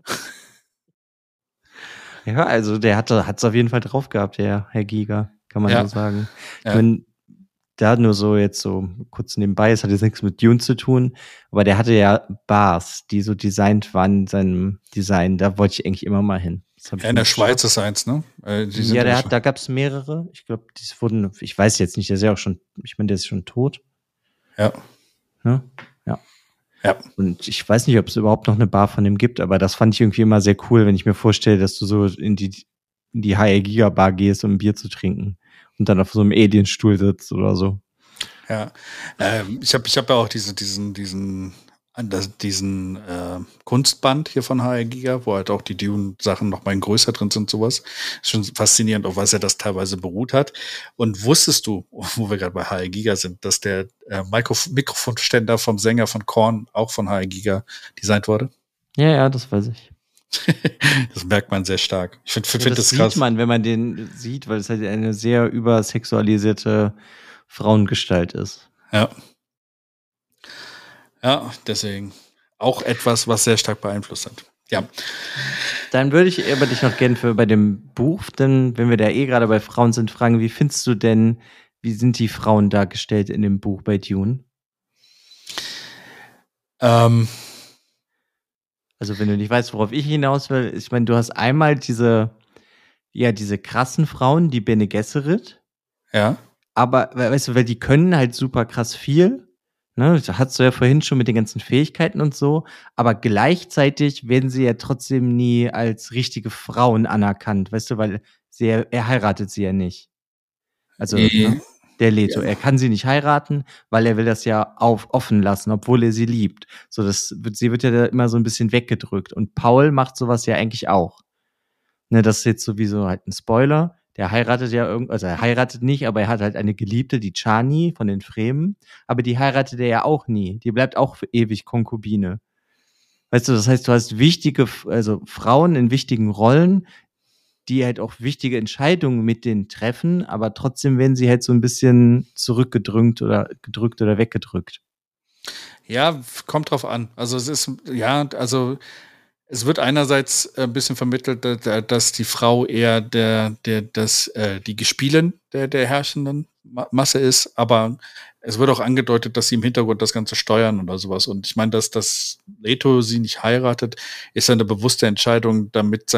Ja, also der hat's auf jeden Fall drauf gehabt, der Herr Giger, kann man so sagen. Ja. Ich meine, der hat nur so jetzt so kurz nebenbei, es hat jetzt nichts mit Dune zu tun, aber der hatte ja Bars, die so designt waren in seinem Design. Da wollte ich eigentlich immer mal hin. In der Schweiz ist eins, ne? Da gab es mehrere. Ich glaube, ich weiß jetzt nicht, der ist ja auch schon, ich meine, der ist schon tot. Ja. Ja. Und ich weiß nicht, ob es überhaupt noch eine Bar von dem gibt, aber das fand ich irgendwie immer sehr cool, wenn ich mir vorstelle, dass du so in die HR Giga Bar gehst, um ein Bier zu trinken und dann auf so einem Alienstuhl sitzt oder so. Ja. Ich hab ja auch diesen Kunstband hier von HR Giga, wo halt auch die Dune-Sachen noch mal in größer drin sind, sowas. Ist schon faszinierend, auf was er das teilweise beruht hat. Und wusstest du, wo wir gerade bei HR Giga sind, dass der Mikrofonständer vom Sänger von Korn auch von HR Giga designt wurde? Ja, das weiß ich. Das merkt man sehr stark. Ich finde das krass. Sieht man, wenn man den sieht, weil es halt eine sehr übersexualisierte Frauengestalt ist. Ja. Ja, deswegen auch etwas, was sehr stark beeinflusst hat. Ja. Dann würde ich aber dich noch gerne bei dem Buch, denn wenn wir da gerade bei Frauen sind, fragen, wie findest du denn, wie sind die Frauen dargestellt in dem Buch bei Dune? Also wenn du nicht weißt, worauf ich hinaus will, ich meine, du hast einmal diese krassen Frauen, die Bene Gesserit. Ja. Aber, weißt du, weil die können halt super krass viel. Ne, das hast du ja vorhin schon mit den ganzen Fähigkeiten und so, aber gleichzeitig werden sie ja trotzdem nie als richtige Frauen anerkannt, weißt du, weil er heiratet sie ja nicht. Also der Leto, er kann sie nicht heiraten, weil er will das ja offen lassen, obwohl er sie liebt. So, sie wird ja da immer so ein bisschen weggedrückt und Paul macht sowas ja eigentlich auch. Ne, das ist jetzt sowieso halt ein Spoiler. Der heiratet ja er heiratet nicht, aber er hat halt eine Geliebte, die Chani von den Fremen, aber die heiratet er ja auch nie. Die bleibt auch für ewig Konkubine. Weißt du, das heißt, du hast Frauen in wichtigen Rollen, die halt auch wichtige Entscheidungen mit denen treffen, aber trotzdem werden sie halt so ein bisschen zurückgedrückt oder gedrückt oder weggedrückt. Ja, kommt drauf an. Also es wird einerseits ein bisschen vermittelt, dass die Frau eher die Gespielin der herrschenden Masse ist, aber es wird auch angedeutet, dass sie im Hintergrund das Ganze steuern oder sowas. Und ich meine, dass das Leto sie nicht heiratet, ist eine bewusste Entscheidung, damit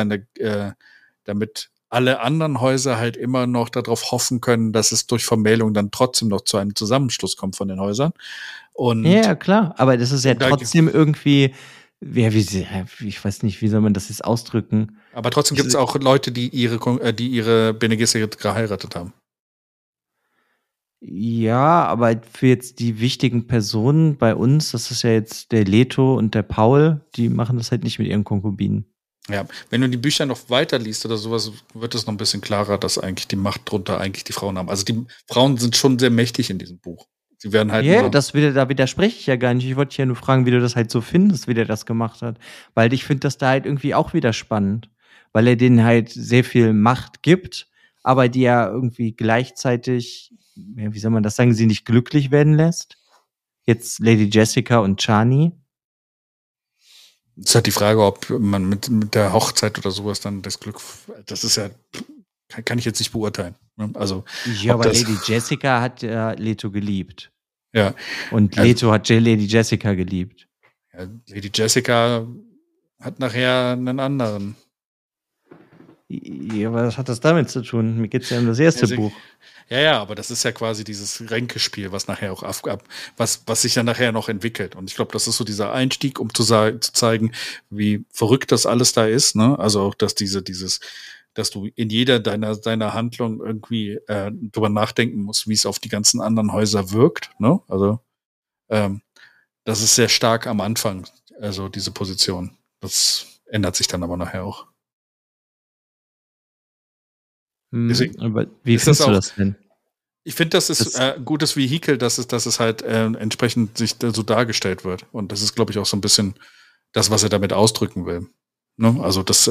alle anderen Häuser halt immer noch darauf hoffen können, dass es durch Vermählung dann trotzdem noch zu einem Zusammenschluss kommt von den Häusern. Und ja, klar, aber das ist ja trotzdem irgendwie, ich weiß nicht, wie soll man das jetzt ausdrücken? Aber trotzdem gibt es auch Leute, die ihre Bene Gesserit geheiratet haben. Ja, aber für jetzt die wichtigen Personen bei uns, das ist ja jetzt der Leto und der Paul, die machen das halt nicht mit ihren Konkubinen. Ja, wenn du die Bücher noch weiterliest oder sowas, wird es noch ein bisschen klarer, dass eigentlich die Macht drunter eigentlich die Frauen haben. Also die Frauen sind schon sehr mächtig in diesem Buch. Sie werden halt Ja, da widerspreche ich ja gar nicht. Ich wollte dich ja nur fragen, wie du das halt so findest, wie der das gemacht hat. Weil ich finde das da halt irgendwie auch wieder spannend. Weil er denen halt sehr viel Macht gibt, aber die ja irgendwie gleichzeitig, ja, wie soll man das sagen, sie nicht glücklich werden lässt. Jetzt Lady Jessica und Chani. Es ist halt die Frage, ob man mit der Hochzeit oder sowas dann das Glück, das ist ja, kann ich jetzt nicht beurteilen. Ne? Also, Ja, aber Lady Jessica hat ja Leto geliebt. Ja. Und Leto hat Lady Jessica geliebt. Ja, Lady Jessica hat nachher einen anderen. Ja, aber was hat das damit zu tun? Mir geht es ja um das erste Buch. Ja, aber das ist ja quasi dieses Ränkespiel, was nachher auch was sich dann nachher noch entwickelt. Und ich glaube, das ist so dieser Einstieg, um zu zeigen, wie verrückt das alles da ist. Ne? Also auch, dass dass du in jeder deiner Handlung irgendwie drüber nachdenken musst, wie es auf die ganzen anderen Häuser wirkt. Ne? Also das ist sehr stark am Anfang, also diese Position. Das ändert sich dann aber nachher auch. Aber wie findest du das denn? Ich finde, das ist ein gutes Vehikel, dass es halt entsprechend sich so dargestellt wird. Und das ist, glaube ich, auch so ein bisschen das, was er damit ausdrücken will. Ne? Also, dass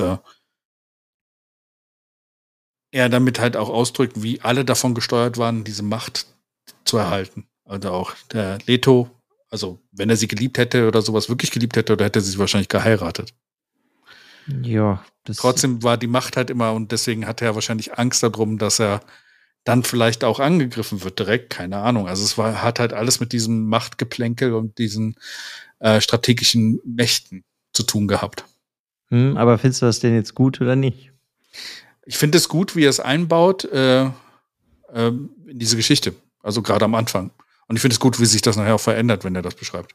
er damit halt auch ausdrückt, wie alle davon gesteuert waren, diese Macht zu erhalten. Also auch der Leto, also wenn er sie geliebt hätte oder sowas wirklich geliebt hätte, oder hätte er sie wahrscheinlich geheiratet. Ja. Trotzdem war die Macht halt immer, und deswegen hatte er wahrscheinlich Angst darum, dass er dann vielleicht auch angegriffen wird direkt, keine Ahnung. Also es hat halt alles mit diesem Machtgeplänkel und diesen strategischen Mächten zu tun gehabt. Aber findest du das denn jetzt gut oder nicht? Ich finde es gut, wie er es einbaut in diese Geschichte. Also gerade am Anfang. Und ich finde es gut, wie sich das nachher auch verändert, wenn er das beschreibt.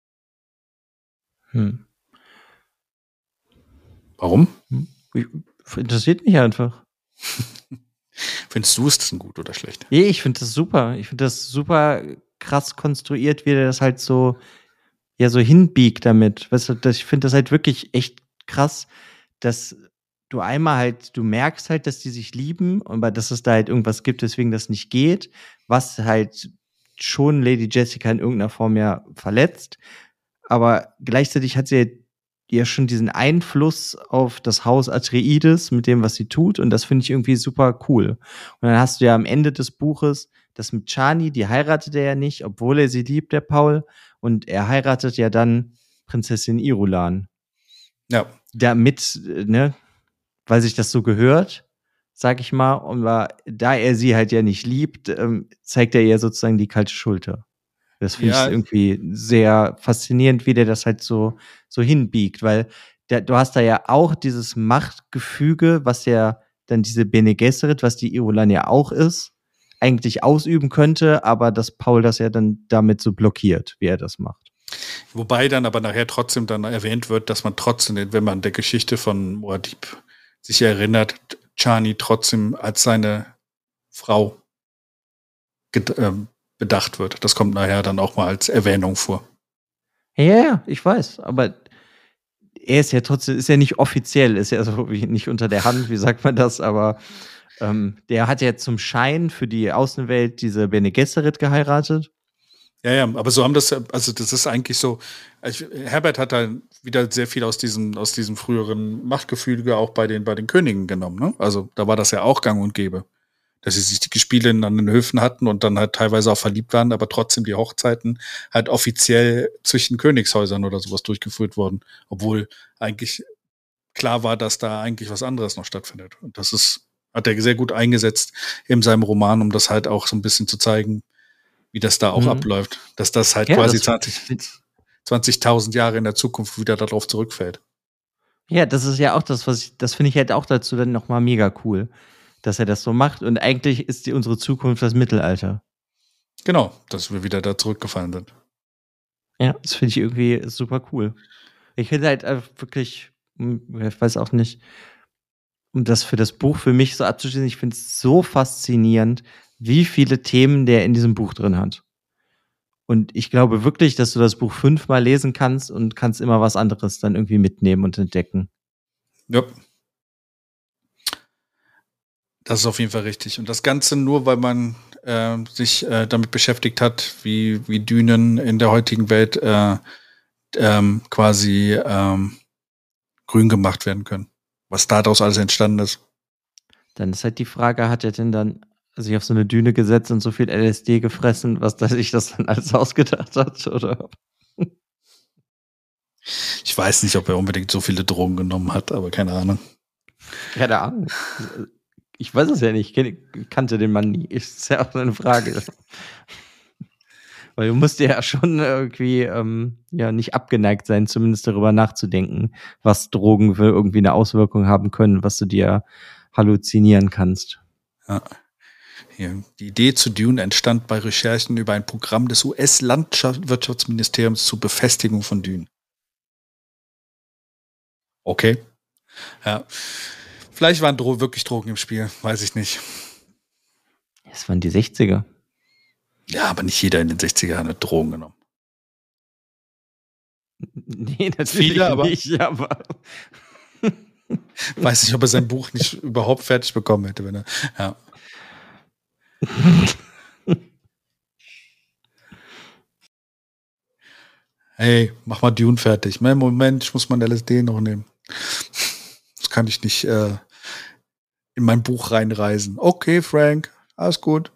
Warum? Interessiert mich einfach. Findest du es denn gut oder schlecht? Nee, ich finde das super. Ich finde das super krass konstruiert, wie er das halt so hinbiegt damit. Weißt du, ich finde das halt wirklich echt krass, dass du einmal halt, du merkst halt, dass die sich lieben, aber dass es da halt irgendwas gibt, weswegen das nicht geht, was halt schon Lady Jessica in irgendeiner Form ja verletzt. Aber gleichzeitig hat sie ja schon diesen Einfluss auf das Haus Atreides mit dem, was sie tut. Und das finde ich irgendwie super cool. Und dann hast du ja am Ende des Buches das mit Chani, die heiratet er ja nicht, obwohl er sie liebt, der Paul. Und er heiratet ja dann Prinzessin Irulan. Ja. Damit, ne, weil sich das so gehört, sag ich mal. Und da er sie halt ja nicht liebt, zeigt er ihr sozusagen die kalte Schulter. Das finde ich irgendwie sehr faszinierend, wie der das halt so hinbiegt, weil du hast da ja auch dieses Machtgefüge, was ja dann diese Bene Gesserit, was die Irulan ja auch ist, eigentlich ausüben könnte, aber dass Paul das ja dann damit so blockiert, wie er das macht. Wobei dann aber nachher trotzdem dann erwähnt wird, dass man trotzdem, wenn man der Geschichte von Muad'Dib sich erinnert, Chani trotzdem als seine Frau bedacht wird. Das kommt nachher dann auch mal als Erwähnung vor. Ja, ich weiß, aber er ist ja trotzdem, ist ja nicht offiziell, ist ja so nicht unter der Hand, wie sagt man das, aber der hat ja zum Schein für die Außenwelt diese Bene Gesserit geheiratet. Ja, aber so haben das, also das ist eigentlich so, Herbert hat da wieder sehr viel aus diesem früheren Machtgefüge auch bei den Königen genommen, ne? Also da war das ja auch gang und gäbe, dass sie sich die Gespielinnen an den Höfen hatten und dann halt teilweise auch verliebt waren, aber trotzdem die Hochzeiten halt offiziell zwischen Königshäusern oder sowas durchgeführt wurden, obwohl eigentlich klar war, dass da eigentlich was anderes noch stattfindet. Und hat er sehr gut eingesetzt in seinem Roman, um das halt auch so ein bisschen zu zeigen, wie das da auch abläuft. Dass das halt quasi 20.000 Jahre in der Zukunft wieder darauf zurückfällt. Ja, das ist ja auch das finde ich halt auch dazu dann nochmal mega cool, dass er das so macht. Und eigentlich ist unsere Zukunft das Mittelalter. Genau, dass wir wieder da zurückgefallen sind. Ja, das finde ich irgendwie super cool. Ich finde halt wirklich, ich weiß auch nicht, um das für das Buch für mich so abzuschließen, ich finde es so faszinierend, wie viele Themen der in diesem Buch drin hat. Und ich glaube wirklich, dass du das Buch 5-mal lesen kannst und kannst immer was anderes dann irgendwie mitnehmen und entdecken. Ja. Das ist auf jeden Fall richtig. Und das Ganze nur, weil man sich damit beschäftigt hat, wie Dünen in der heutigen Welt quasi grün gemacht werden können. Was daraus alles entstanden ist. Dann ist halt die Frage, hat er denn dann sich auf so eine Düne gesetzt und so viel LSD gefressen, was da sich das dann alles ausgedacht hat, oder? Ich weiß nicht, ob er unbedingt so viele Drogen genommen hat, aber keine Ahnung. Keine Ahnung. Ich weiß es ja nicht. Ich kannte den Mann nie. Ist ja auch eine Frage. Weil du musst ja schon irgendwie nicht abgeneigt sein, zumindest darüber nachzudenken, was Drogen für irgendwie eine Auswirkung haben können, was du dir halluzinieren kannst. Ja. Hier. Die Idee zu Dune entstand bei Recherchen über ein Programm des US-Landwirtschaftsministeriums zur Befestigung von Dünen. Okay. Ja. Vielleicht waren wirklich Drogen im Spiel, weiß ich nicht. Das waren die 60er. Ja, aber nicht jeder in den 60ern hat Drogen genommen. Nee, natürlich Viele, aber nicht, aber weiß nicht, ob er sein Buch nicht überhaupt fertig bekommen hätte, wenn er. Ja. Hey, mach mal Dune fertig. Moment, ich muss mein LSD noch nehmen. Das kann ich nicht in mein Buch reinreisen. Okay, Frank, alles gut.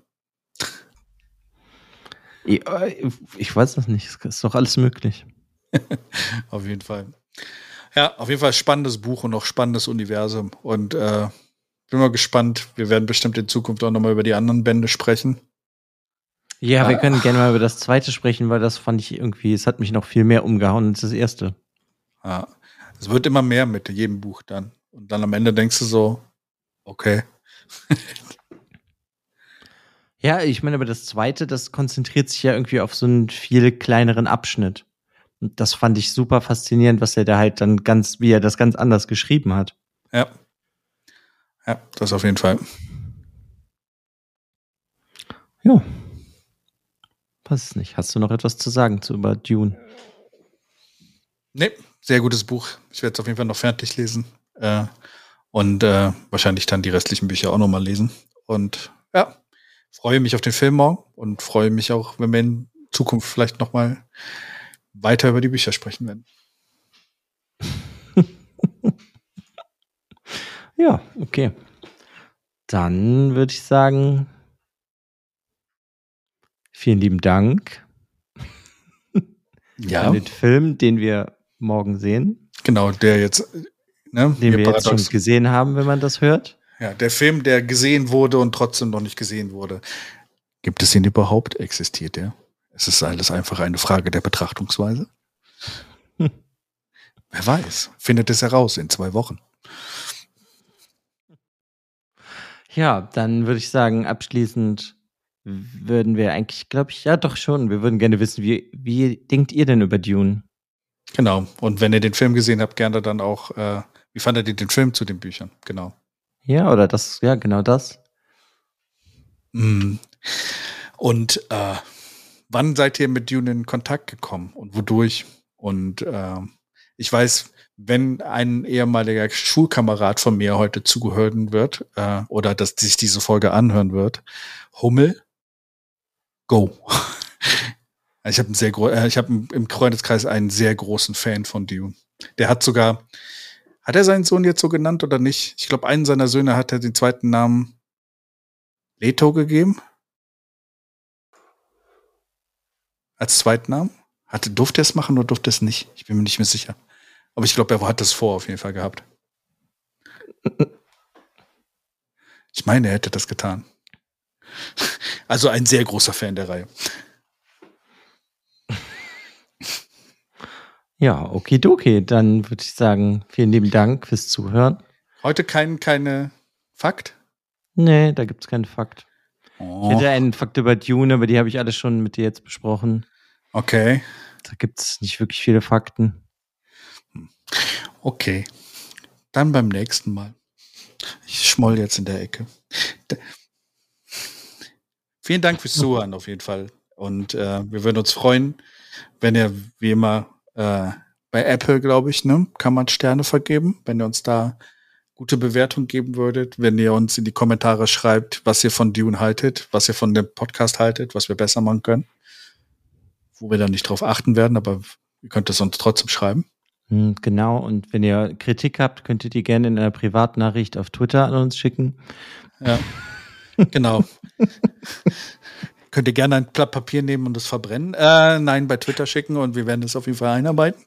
Ich weiß das nicht. Es ist doch alles möglich. Auf jeden Fall. Ja, auf jeden Fall spannendes Buch und auch spannendes Universum. Und bin mal gespannt. Wir werden bestimmt in Zukunft auch nochmal über die anderen Bände sprechen. Ja, wir können gerne mal über das zweite sprechen, weil das fand ich irgendwie, es hat mich noch viel mehr umgehauen als das erste. Ja, es wird immer mehr mit jedem Buch dann. Und dann am Ende denkst du so, okay. Ja, ich meine, aber das zweite, das konzentriert sich ja irgendwie auf so einen viel kleineren Abschnitt. Und das fand ich super faszinierend, was er da halt dann wie er das ganz anders geschrieben hat. Ja. Ja, das auf jeden Fall. Ja. Weiß nicht. Hast du noch etwas zu sagen über Dune? Nee, sehr gutes Buch. Ich werde es auf jeden Fall noch fertig lesen. Und wahrscheinlich dann die restlichen Bücher auch noch mal lesen. Und ja, freue mich auf den Film morgen und freue mich auch, wenn wir in Zukunft vielleicht noch mal weiter über die Bücher sprechen werden. Ja, okay. Dann würde ich sagen, vielen lieben Dank an den Film, den wir morgen sehen. Genau, der jetzt, den wir jetzt schon gesehen haben, wenn man das hört. Ja, der Film, der gesehen wurde und trotzdem noch nicht gesehen wurde. Gibt es ihn überhaupt? Existiert der? Es ist alles einfach eine Frage der Betrachtungsweise. Wer weiß, findet es heraus in 2 Wochen. Ja, dann würde ich sagen, abschließend würden wir eigentlich, glaube ich, ja doch schon, wir würden gerne wissen, wie denkt ihr denn über Dune? Genau, und wenn ihr den Film gesehen habt, gerne dann auch, wie fandet ihr den Film zu den Büchern? Genau. Ja, oder das, ja, genau das. Und wann seid ihr mit Dune in Kontakt gekommen und wodurch? Und ich weiß, wenn ein ehemaliger Schulkamerad von mir heute zugehören wird oder dass sich diese Folge anhören wird, Hummel, go. Ich habe im Freundeskreis einen sehr großen Fan von Dune. Der hat er seinen Sohn jetzt so genannt oder nicht? Ich glaube, einen seiner Söhne hat er den zweiten Namen Leto gegeben. Als zweiten Namen? Durfte er es machen oder durfte er es nicht? Ich bin mir nicht mehr sicher. Aber ich glaube, er hat das auf jeden Fall gehabt. Ich meine, er hätte das getan. Also ein sehr großer Fan der Reihe. Ja, okidoki. Dann würde ich sagen, vielen lieben Dank fürs Zuhören. Heute keine Fakt? Nee, da gibt es keinen Fakt. Ich hätte einen Fakt über Dune, aber die habe ich alle schon mit dir jetzt besprochen. Okay. Da gibt es nicht wirklich viele Fakten. Okay. Dann beim nächsten Mal. Ich schmoll jetzt in der Ecke. Vielen Dank fürs Zuhören auf jeden Fall. Und wir würden uns freuen, wenn ihr wie immer bei Apple, glaube ich, ne, kann man Sterne vergeben, wenn ihr uns da gute Bewertung geben würdet, wenn ihr uns in die Kommentare schreibt, was ihr von Dune haltet, was ihr von dem Podcast haltet, was wir besser machen können. Wo wir dann nicht drauf achten werden, aber ihr könnt es uns trotzdem schreiben. Genau, und wenn ihr Kritik habt, könnt ihr die gerne in einer Privatnachricht auf Twitter an uns schicken. Ja, genau. Könnt ihr gerne ein Blatt Papier nehmen und es verbrennen? Nein, bei Twitter schicken und wir werden es auf jeden Fall einarbeiten.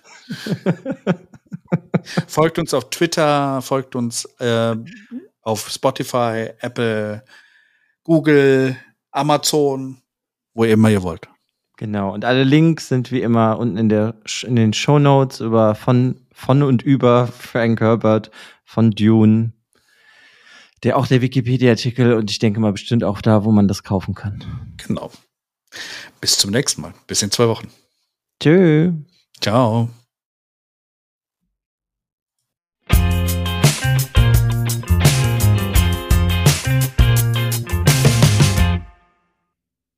Folgt uns auf Twitter, folgt uns auf Spotify, Apple, Google, Amazon, wo immer ihr wollt. Genau, und alle Links sind wie immer unten in den Shownotes über von und über Frank Herbert von Dune. Der Wikipedia-Artikel und ich denke mal bestimmt auch da, wo man das kaufen kann. Genau. Bis zum nächsten Mal. Bis in 2 Wochen. Tschö. Ciao.